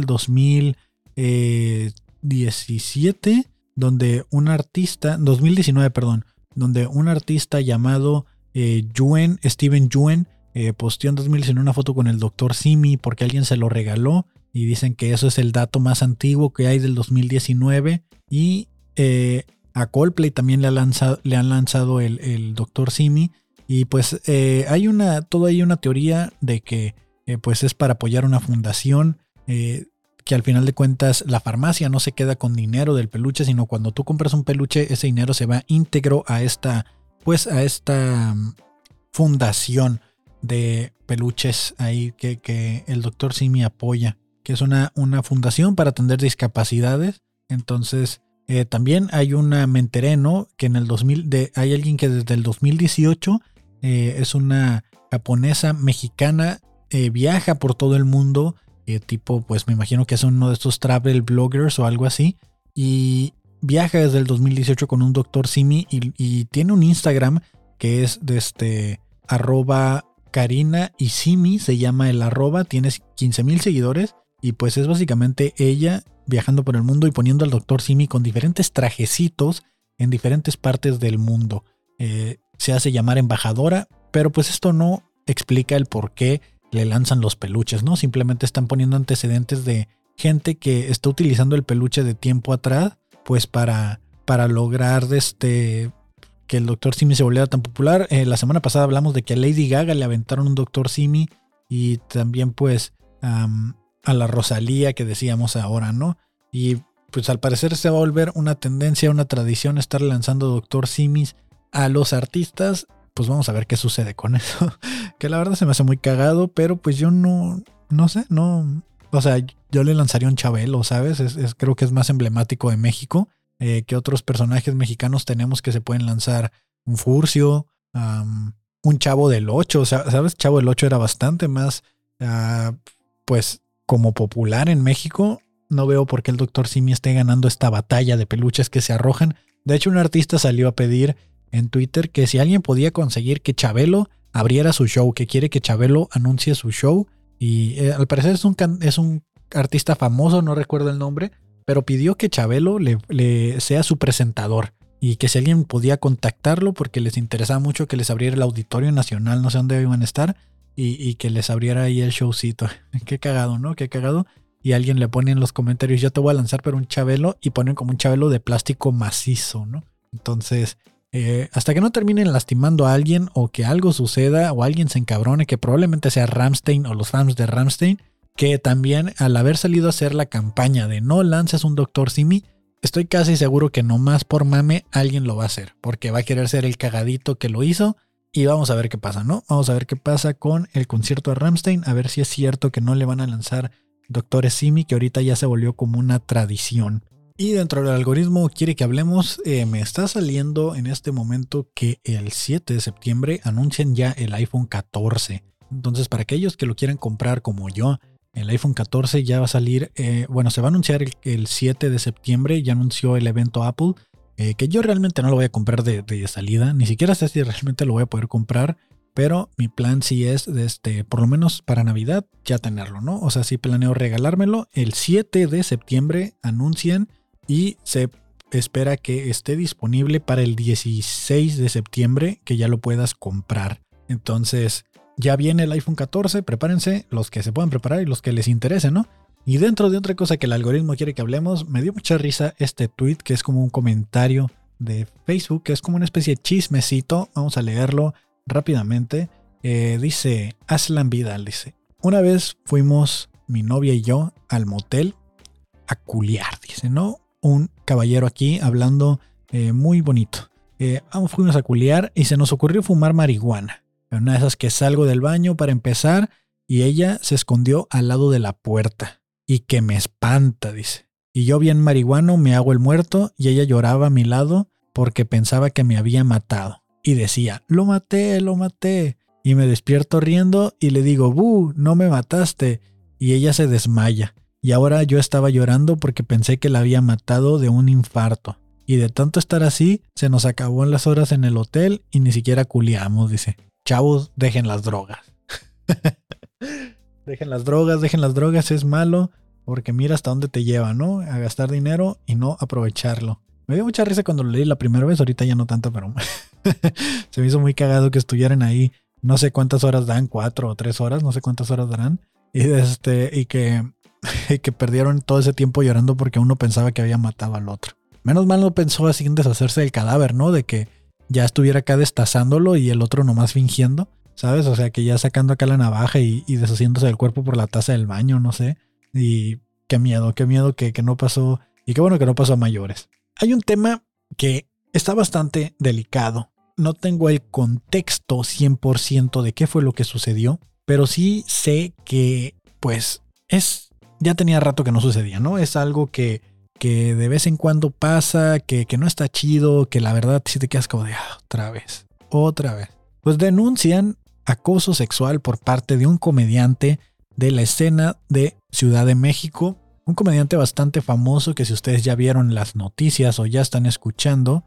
2017, donde un artista, 2019, perdón, donde un artista llamado Steven Yeun, posteó en 2019 una foto con el Doctor Simi porque alguien se lo regaló y dicen que eso es el dato más antiguo que hay del 2019 y a Coldplay también le han lanzado el Doctor Simi y pues hay una teoría de que pues es para apoyar una fundación que al final de cuentas la farmacia no se queda con dinero del peluche, sino cuando tú compras un peluche ese dinero se va íntegro a esta fundación de peluches ahí que el Doctor Simi apoya, que es una fundación para atender discapacidades. Entonces también me enteré, ¿no? Que en el hay alguien que desde el 2018 es una japonesa mexicana, viaja por todo el mundo, tipo, pues me imagino que es uno de estos travel bloggers o algo así, y viaja desde el 2018 con un Doctor Simi y tiene un Instagram que es de @Karina y Simi, se llama el @, tiene 15,000 seguidores y pues es básicamente ella viajando por el mundo y poniendo al Doctor Simi con diferentes trajecitos en diferentes partes del mundo. Se hace llamar embajadora, pero pues esto no explica el por qué le lanzan los peluches, ¿no? Simplemente están poniendo antecedentes de gente que está utilizando el peluche de tiempo atrás, pues para lograr que el Doctor Simi se volviera tan popular. La semana pasada hablamos de que a Lady Gaga le aventaron un Doctor Simi y también pues a la Rosalía que decíamos ahora, ¿no? Y pues al parecer se va a volver una tendencia, una tradición estar lanzando Doctor Simis a los artistas. Pues vamos a ver qué sucede con eso. Que la verdad se me hace muy cagado, pero pues yo no sé, no. O sea, yo le lanzaría un Chabelo, ¿sabes? Creo que es más emblemático de México que otros personajes mexicanos tenemos que se pueden lanzar. Un Furcio, un Chavo del Ocho, o sea, ¿sabes? Chavo del Ocho era bastante más, pues, como popular en México. No veo por qué el Dr. Simi esté ganando esta batalla de peluches que se arrojan. De hecho, un artista salió a pedir en Twitter que si alguien podía conseguir que Chabelo abriera su show, que quiere que Chabelo anuncie su show. Y al parecer es un artista famoso, no recuerdo el nombre, pero pidió que Chabelo le sea su presentador y que si alguien podía contactarlo porque les interesaba mucho que les abriera el Auditorio Nacional, no sé dónde iban a estar, y que les abriera ahí el showcito. Qué cagado, ¿no? Qué cagado. Y alguien le pone en los comentarios, yo te voy a lanzar pero un Chabelo, y ponen como un Chabelo de plástico macizo, ¿no? Entonces, hasta que no terminen lastimando a alguien o que algo suceda o alguien se encabrone, que probablemente sea Rammstein o los fans de Rammstein, que también al haber salido a hacer la campaña de no lances un Dr. Simi, estoy casi seguro que nomás por mame alguien lo va a hacer, porque va a querer ser el cagadito que lo hizo. Y vamos a ver qué pasa, ¿no? Vamos a ver qué pasa con el concierto de Rammstein, a ver si es cierto que no le van a lanzar Dr. Simi, que ahorita ya se volvió como una tradición. Y dentro del algoritmo quiere que hablemos, me está saliendo en este momento que el 7 de septiembre anuncian ya el iPhone 14. Entonces, para aquellos que lo quieran comprar como yo, el iPhone 14 ya va a salir, bueno, se va a anunciar el 7 de septiembre, ya anunció el evento Apple, que yo realmente no lo voy a comprar de salida, ni siquiera sé si realmente lo voy a poder comprar, pero mi plan sí es, por lo menos para Navidad, ya tenerlo, ¿no? O sea, sí planeo regalármelo. El 7 de septiembre anuncian y se espera que esté disponible para el 16 de septiembre, que ya lo puedas comprar. Entonces, ya viene el iPhone 14, prepárense, los que se puedan preparar y los que les interese, ¿no? Y dentro de otra cosa que el algoritmo quiere que hablemos, me dio mucha risa este tweet que es como un comentario de Facebook, que es como una especie de chismecito. Vamos a leerlo rápidamente. Dice Aslan Vidal, dice: una vez fuimos mi novia y yo al motel a culiar, dice, ¿no? Un caballero aquí hablando muy bonito. Fuimos a culiar y se nos ocurrió fumar marihuana. Una de esas que salgo del baño para empezar y ella se escondió al lado de la puerta y que me espanta, dice. Y yo bien marihuano me hago el muerto y ella lloraba a mi lado porque pensaba que me había matado. Y decía, lo maté, lo maté. Y me despierto riendo y le digo, ¡buh! No me mataste. Y ella se desmaya. Y ahora yo estaba llorando porque pensé que la había matado de un infarto. Y de tanto estar así, se nos acabó las horas en el hotel y ni siquiera culiamos, dice. Chavos, dejen las drogas. Dejen las drogas, es malo. Porque mira hasta dónde te lleva, ¿no? A gastar dinero y no aprovecharlo. Me dio mucha risa cuando lo leí la primera vez, ahorita ya no tanto, pero se me hizo muy cagado que estuvieran ahí. No sé cuántas horas dan, 4 o 3 horas, no sé cuántas horas darán. Y que perdieron todo ese tiempo llorando porque uno pensaba que había matado al otro. Menos mal no pensó así en deshacerse del cadáver, ¿no? De que ya estuviera acá destazándolo y el otro nomás fingiendo, ¿sabes? O sea, que ya sacando acá la navaja y deshaciéndose del cuerpo por la taza del baño, no sé. Y qué miedo que no pasó. Y qué bueno que no pasó a mayores. Hay un tema que está bastante delicado. No tengo el contexto 100% de qué fue lo que sucedió, pero sí sé que, pues, ya tenía rato que no sucedía, ¿no? Es algo que de vez en cuando pasa, que no está chido, que la verdad sí te quedas como de otra vez. Pues denuncian acoso sexual por parte de un comediante de la escena de Ciudad de México. Un comediante bastante famoso que si ustedes ya vieron las noticias o ya están escuchando,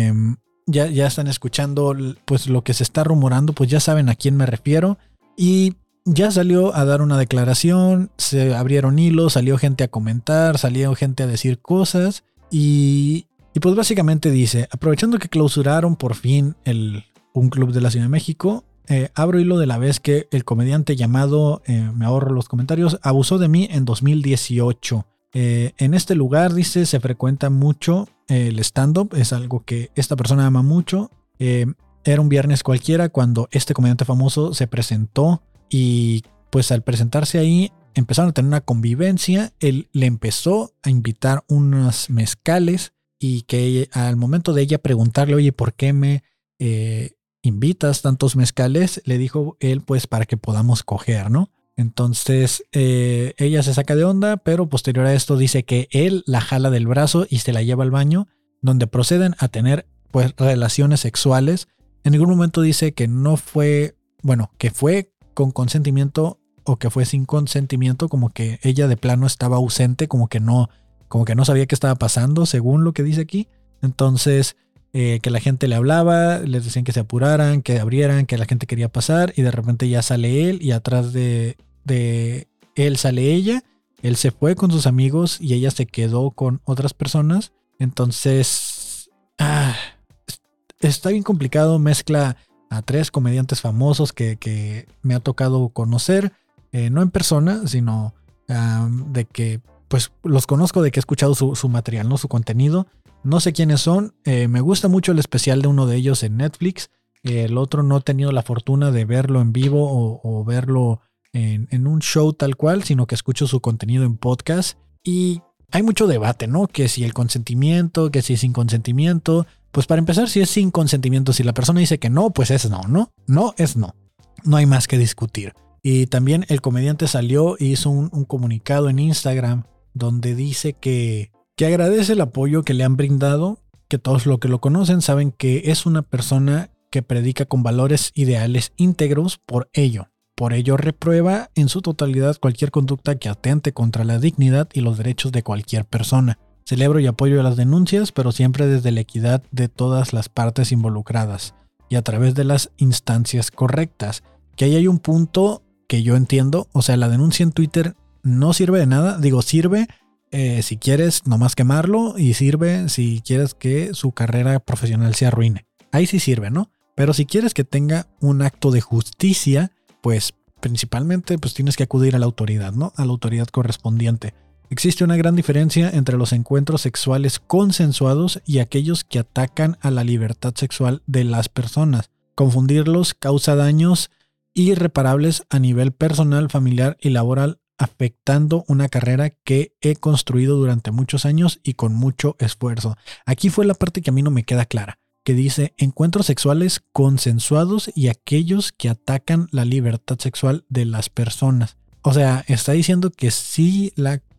ya están escuchando pues lo que se está rumorando, pues ya saben a quién me refiero. Y ya salió a dar una declaración, se abrieron hilos, salió gente a comentar, salió gente a decir cosas y pues básicamente dice, aprovechando que clausuraron por fin un club de la Ciudad de México, abro hilo de la vez que el comediante llamado, me ahorro los comentarios, abusó de mí en 2018. En este lugar, dice, se frecuenta mucho el stand-up, es algo que esta persona ama mucho. Era un viernes cualquiera cuando este comediante famoso se presentó y pues al presentarse ahí empezaron a tener una convivencia. Él le empezó a invitar unos mezcales y que al momento de ella preguntarle, oye, ¿por qué me invitas tantos mezcales? Le dijo él, pues para que podamos coger, ¿no? Entonces ella se saca de onda, pero posterior a esto dice que él la jala del brazo y se la lleva al baño, donde proceden a tener pues relaciones sexuales. En ningún momento dice que no fue, bueno, que fue con consentimiento o que fue sin consentimiento, como que ella de plano estaba ausente, como que no sabía qué estaba pasando, según lo que dice aquí. Entonces, que la gente le hablaba, les decían que se apuraran, que abrieran, que la gente quería pasar, y de repente ya sale él y atrás de él sale ella. Él se fue con sus amigos y ella se quedó con otras personas. Entonces, está bien complicado. Mezcla a 3 comediantes famosos que me ha tocado conocer, no en persona, sino de que pues los conozco, de que he escuchado su material, ¿no? Su contenido. No sé quiénes son. Me gusta mucho el especial de uno de ellos en Netflix. El otro no he tenido la fortuna de verlo en vivo o verlo en un show tal cual, sino que escucho su contenido en podcast. Y hay mucho debate, ¿no? Que si el consentimiento, que si es sin consentimiento. Pues para empezar, si es sin consentimiento, si la persona dice que no, pues es no, ¿no? No es no. No hay más que discutir. Y también el comediante salió y hizo un comunicado en Instagram donde dice que agradece el apoyo que le han brindado, que todos los que lo conocen saben que es una persona que predica con valores ideales íntegros. Por ello reprueba en su totalidad cualquier conducta que atente contra la dignidad y los derechos de cualquier persona. Celebro y apoyo a las denuncias, pero siempre desde la equidad de todas las partes involucradas y a través de las instancias correctas. Que ahí hay un punto que yo entiendo, o sea, la denuncia en Twitter no sirve de nada. Digo, sirve si quieres nomás quemarlo, y sirve si quieres que su carrera profesional se arruine. Ahí sí sirve, ¿no? Pero si quieres que tenga un acto de justicia, pues principalmente pues tienes que acudir a la autoridad, ¿no? A la autoridad correspondiente. Existe una gran diferencia entre los encuentros sexuales consensuados y aquellos que atacan a la libertad sexual de las personas. Confundirlos causa daños irreparables a nivel personal, familiar y laboral, afectando una carrera que he construido durante muchos años y con mucho esfuerzo. Aquí fue la parte que a mí no me queda clara, que dice encuentros sexuales consensuados y aquellos que atacan la libertad sexual de las personas. O sea, está diciendo que sí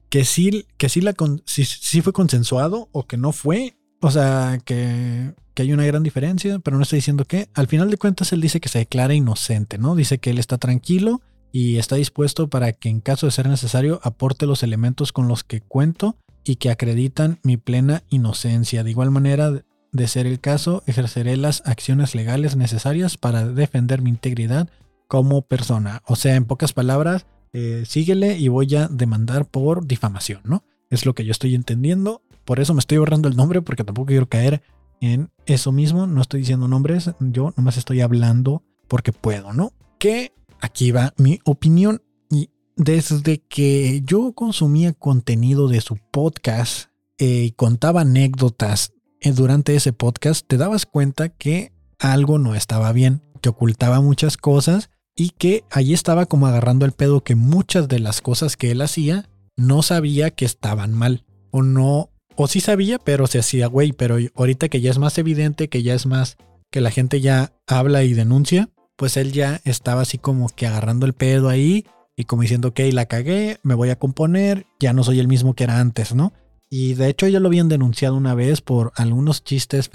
fue consensuado o que no fue. O sea, que hay una gran diferencia, pero no está diciendo que. Al final de cuentas, él dice que se declara inocente, ¿no? Dice que él está tranquilo y está dispuesto para que en caso de ser necesario aporte los elementos con los que cuento y que acreditan mi plena inocencia. De igual manera, de ser el caso, ejerceré las acciones legales necesarias para defender mi integridad como persona. O sea, en pocas palabras, síguele y voy a demandar por difamación, ¿no? Es lo que yo estoy entendiendo. Por eso me estoy ahorrando el nombre, porque tampoco quiero caer en eso mismo. No estoy diciendo nombres, yo nomás estoy hablando porque puedo, ¿no? Que aquí va mi opinión. Y desde que yo consumía contenido de su podcast y contaba anécdotas durante ese podcast, te dabas cuenta que algo no estaba bien, que ocultaba muchas cosas y que allí estaba como agarrando el pedo, que muchas de las cosas que él hacía no sabía que estaban mal, o no, o sí sabía, pero se hacía güey. Pero ahorita que ya es más evidente, que ya es más, que la gente ya habla y denuncia, pues él ya estaba así como que agarrando el pedo ahí y como diciendo, ok, la cagué, me voy a componer, ya no soy el mismo que era antes, ¿no? Y de hecho ya lo habían denunciado una vez por algunos chistes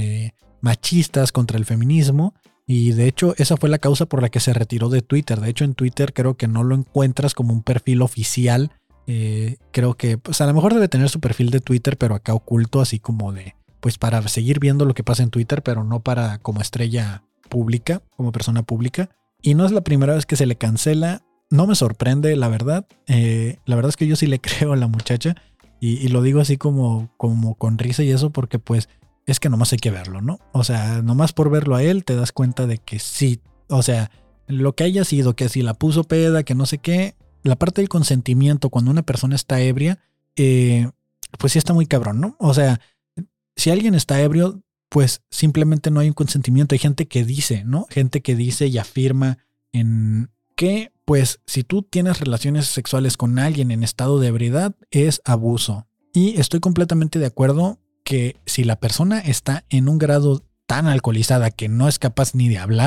machistas contra el feminismo. Y de hecho esa fue la causa por la que se retiró de Twitter. De hecho en Twitter creo que no lo encuentras como un perfil oficial. Creo que pues a lo mejor debe tener su perfil de Twitter, pero acá oculto, así como de pues para seguir viendo lo que pasa en Twitter, pero no para como estrella pública, como persona pública. Y no es la primera vez que se le cancela. No me sorprende, la verdad. La verdad es que yo sí le creo a la muchacha. Y lo digo así como con risa y eso, porque pues es que nomás hay que verlo, ¿no? O sea, nomás por verlo a él te das cuenta de que sí. O sea, lo que haya sido, que si la puso peda, que no sé qué, la parte del consentimiento cuando una persona está ebria, pues sí está muy cabrón, ¿no? O sea, si alguien está ebrio, pues simplemente no hay un consentimiento. Hay gente que dice, ¿no? Gente que dice y afirma en que, pues, si tú tienes relaciones sexuales con alguien en estado de ebriedad, es abuso. Y estoy completamente de acuerdo que si la persona está en un grado tan alcoholizada que no es capaz ni de hablar,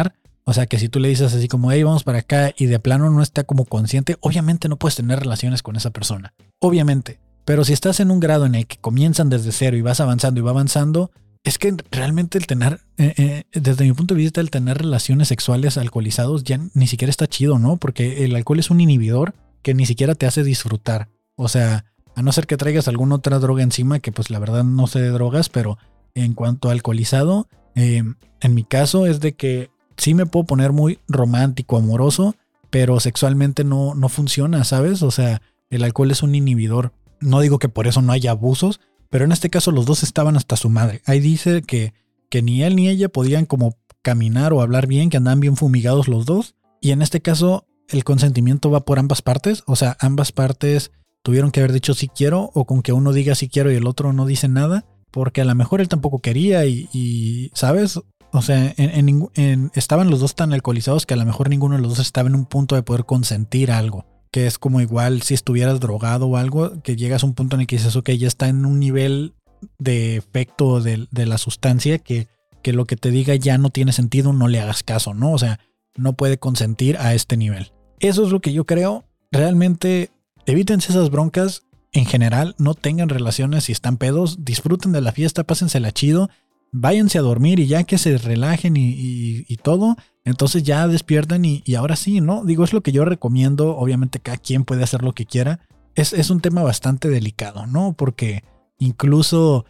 O sea, que si tú le dices así como, hey, vamos para acá y de plano no está como consciente, obviamente no puedes tener relaciones con esa persona. Obviamente. Pero si estás en un grado en el que comienzan desde cero y vas avanzando y va avanzando, es que realmente el tener, desde mi punto de vista, el tener relaciones sexuales alcoholizados ya ni siquiera está chido, ¿no? Porque el alcohol es un inhibidor que ni siquiera te hace disfrutar. O sea, a no ser que traigas alguna otra droga encima, que pues la verdad no sé de drogas, pero en cuanto a alcoholizado, en mi caso es de que sí me puedo poner muy romántico, amoroso, pero sexualmente no funciona, ¿sabes? O sea, el alcohol es un inhibidor. No digo que por eso no haya abusos, pero en este caso los dos estaban hasta su madre. Ahí dice que ni él ni ella podían como caminar o hablar bien, que andaban bien fumigados los dos. Y en este caso el consentimiento va por ambas partes. O sea, ambas partes tuvieron que haber dicho sí quiero, o con que uno diga sí quiero y el otro no dice nada, porque a lo mejor él tampoco quería y ¿sabes? O sea, estaban los dos tan alcoholizados que a lo mejor ninguno de los dos estaba en un punto de poder consentir algo. Que es como igual si estuvieras drogado o algo, que llegas a un punto en el que dices, ok, ya está en un nivel de efecto de la sustancia que lo que te diga ya no tiene sentido, no le hagas caso, ¿no? O sea, no puede consentir a este nivel. Eso es lo que yo creo. Realmente evítense esas broncas. En general, no tengan relaciones si están pedos, disfruten de la fiesta, pásensela chido, váyanse a dormir y ya que se relajen y todo, entonces ya despiertan y ahora sí, ¿no? Digo, es lo que yo recomiendo. Obviamente cada quien puede hacer lo que quiera. Es un tema bastante delicado, ¿no? Porque incluso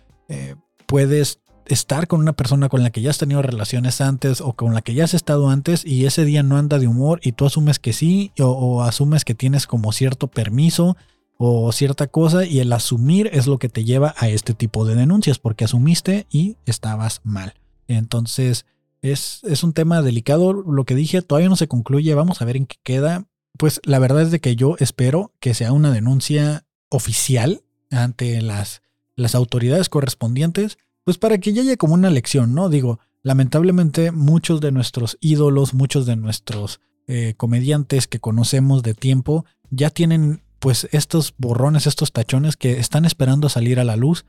puedes estar con una persona con la que ya has tenido relaciones antes o con la que ya has estado antes y ese día no anda de humor y tú asumes que sí o asumes que tienes como cierto permiso o cierta cosa, y el asumir es lo que te lleva a este tipo de denuncias, porque asumiste y estabas mal. Entonces es un tema delicado. Lo que dije todavía no se concluye, vamos a ver en qué queda. Pues la verdad es de que yo espero que sea una denuncia oficial ante las autoridades correspondientes, pues para que ya haya como una lección, ¿no? Digo, lamentablemente muchos de nuestros ídolos, muchos de nuestros comediantes que conocemos de tiempo ya tienen pues estos borrones, estos tachones que están esperando a salir a la luz.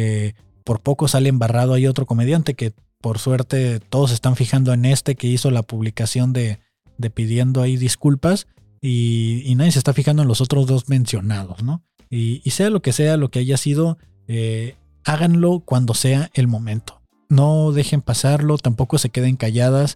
Por poco sale embarrado ahí otro comediante que por suerte todos se están fijando en este que hizo la publicación de pidiendo ahí disculpas y nadie se está fijando en los otros dos mencionados, ¿no? Y sea lo que haya sido, háganlo cuando sea el momento. No dejen pasarlo, tampoco se queden calladas.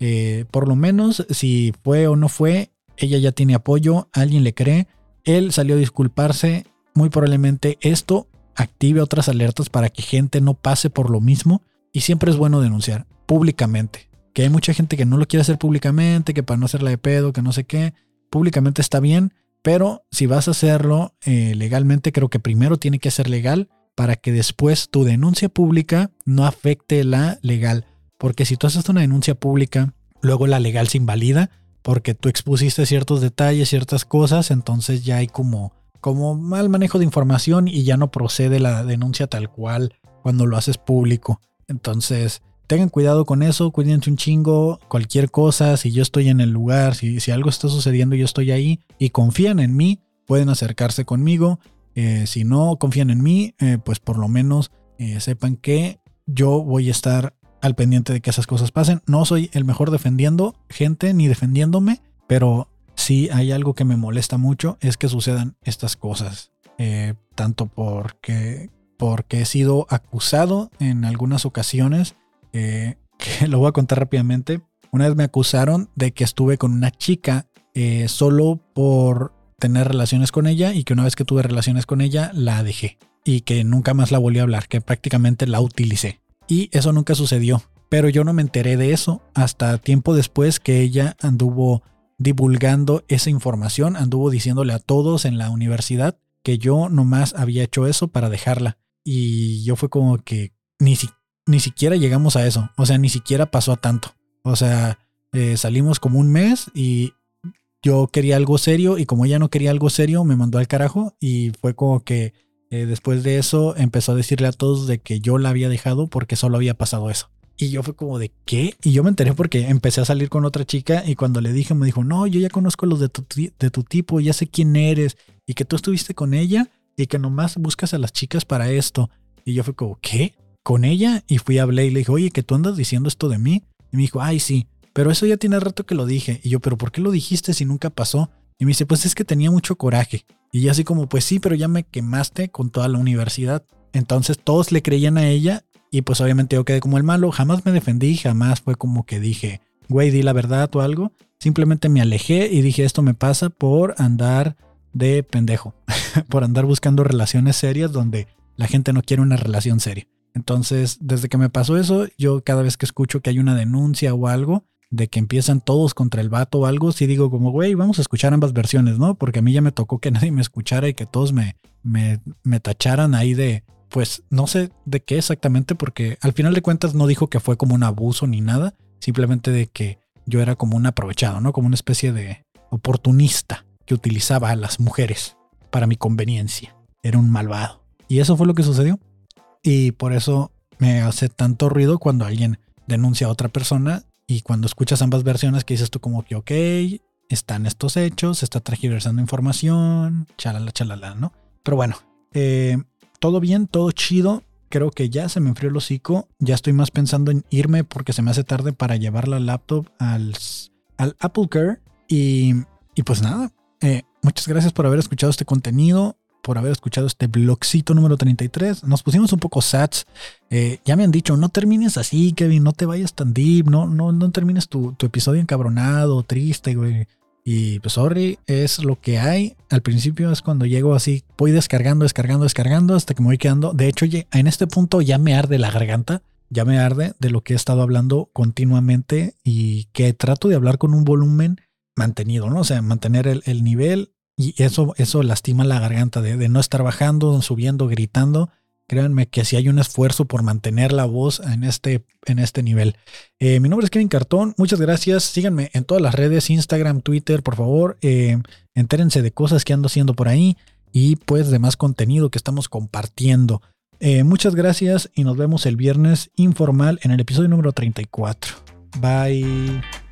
Por lo menos si fue o no fue, ella ya tiene apoyo, alguien le cree. Él salió a disculparse, muy probablemente esto active otras alertas para que gente no pase por lo mismo, y siempre es bueno denunciar públicamente. Que hay mucha gente que no lo quiere hacer públicamente, que para no hacerla de pedo, que no sé qué, públicamente está bien, pero si vas a hacerlo legalmente, creo que primero tiene que ser legal para que después tu denuncia pública no afecte la legal. Porque si tú haces una denuncia pública, luego la legal se invalida, porque tú expusiste ciertos detalles, ciertas cosas, entonces ya hay como mal manejo de información y ya no procede la denuncia tal cual cuando lo haces público. Entonces, tengan cuidado con eso, cuídense un chingo, cualquier cosa, si yo estoy en el lugar, si algo está sucediendo, yo estoy ahí y confían en mí, pueden acercarse conmigo. Si no confían en mí, pues por lo menos sepan que yo voy a estar al pendiente de que esas cosas pasen. No soy el mejor defendiendo gente ni defendiéndome, pero sí hay algo que me molesta mucho, es que sucedan estas cosas. Tanto porque he sido acusado en algunas ocasiones, que lo voy a contar rápidamente. Una vez me acusaron de que estuve con una chica solo por tener relaciones con ella, y que una vez que tuve relaciones con ella la dejé y que nunca más la volví a hablar, que prácticamente la utilicé. Y eso nunca sucedió, pero yo no me enteré de eso hasta tiempo después que ella anduvo divulgando esa información, anduvo diciéndole a todos en la universidad que yo nomás había hecho eso para dejarla. Y yo fue como que ni siquiera llegamos a eso, o sea, ni siquiera pasó a tanto. O sea, salimos como un mes y yo quería algo serio, y como ella no quería algo serio, me mandó al carajo, y fue como que después de eso empezó a decirle a todos de que yo la había dejado porque solo había pasado eso. Y yo fue como de ¿qué? Y yo me enteré porque empecé a salir con otra chica, y cuando le dije me dijo, no, yo ya conozco los de tu tipo, ya sé quién eres y que tú estuviste con ella y que nomás buscas a las chicas para esto. Y yo fue como ¿qué? ¿Con ella? Y fui a hablar y le dije, oye, que tú andas diciendo esto de mí. Y me dijo, ay sí, pero eso ya tiene rato que lo dije. Y yo, ¿pero por qué lo dijiste si nunca pasó? Y me dice, pues es que tenía mucho coraje. Y yo así como, pues sí, pero ya me quemaste con toda la universidad. Entonces todos le creían a ella y pues obviamente yo quedé como el malo. Jamás me defendí, jamás fue como que dije, güey, di la verdad o algo. Simplemente me alejé y dije, esto me pasa por andar de pendejo, por andar buscando relaciones serias donde la gente no quiere una relación seria. Entonces, desde que me pasó eso, yo cada vez que escucho que hay una denuncia o algo, de que empiezan todos contra el vato o algo, sí digo como, güey, vamos a escuchar ambas versiones, ¿no? Porque a mí ya me tocó que nadie me escuchara y que todos me tacharan ahí de, pues no sé de qué exactamente, porque al final de cuentas no dijo que fue como un abuso ni nada, simplemente de que yo era como un aprovechado, ¿no? Como una especie de oportunista que utilizaba a las mujeres para mi conveniencia. Era un malvado. Y eso fue lo que sucedió. Y por eso me hace tanto ruido cuando alguien denuncia a otra persona y cuando escuchas ambas versiones que dices tú como que ok, están estos hechos, se está tergiversando información, chalala, ¿no? Pero bueno, todo bien, todo chido. Creo que ya se me enfrió el hocico. Ya estoy más pensando en irme porque se me hace tarde para llevar la laptop al Apple Care. Y pues nada, muchas gracias por haber escuchado este contenido, por haber escuchado este blogcito número 33. Nos pusimos un poco sats. Ya me han dicho, no termines así, Kevin, no te vayas tan deep, no termines tu episodio encabronado, triste, güey. Y pues sorry, es lo que hay. Al principio es cuando llego así, voy descargando hasta que me voy quedando. De hecho, en este punto ya me arde la garganta, ya me arde de lo que he estado hablando continuamente y que trato de hablar con un volumen mantenido, ¿no? O sea, mantener el nivel y eso lastima la garganta de no estar bajando, subiendo, gritando. Créanme que si hay un esfuerzo por mantener la voz en este nivel. Mi nombre es Kevin Cartón. Muchas gracias. Síganme en todas las redes, Instagram, Twitter, por favor. Entérense de cosas que ando haciendo por ahí y pues de más contenido que estamos compartiendo. Muchas gracias y nos vemos el viernes informal en el episodio número 34. Bye.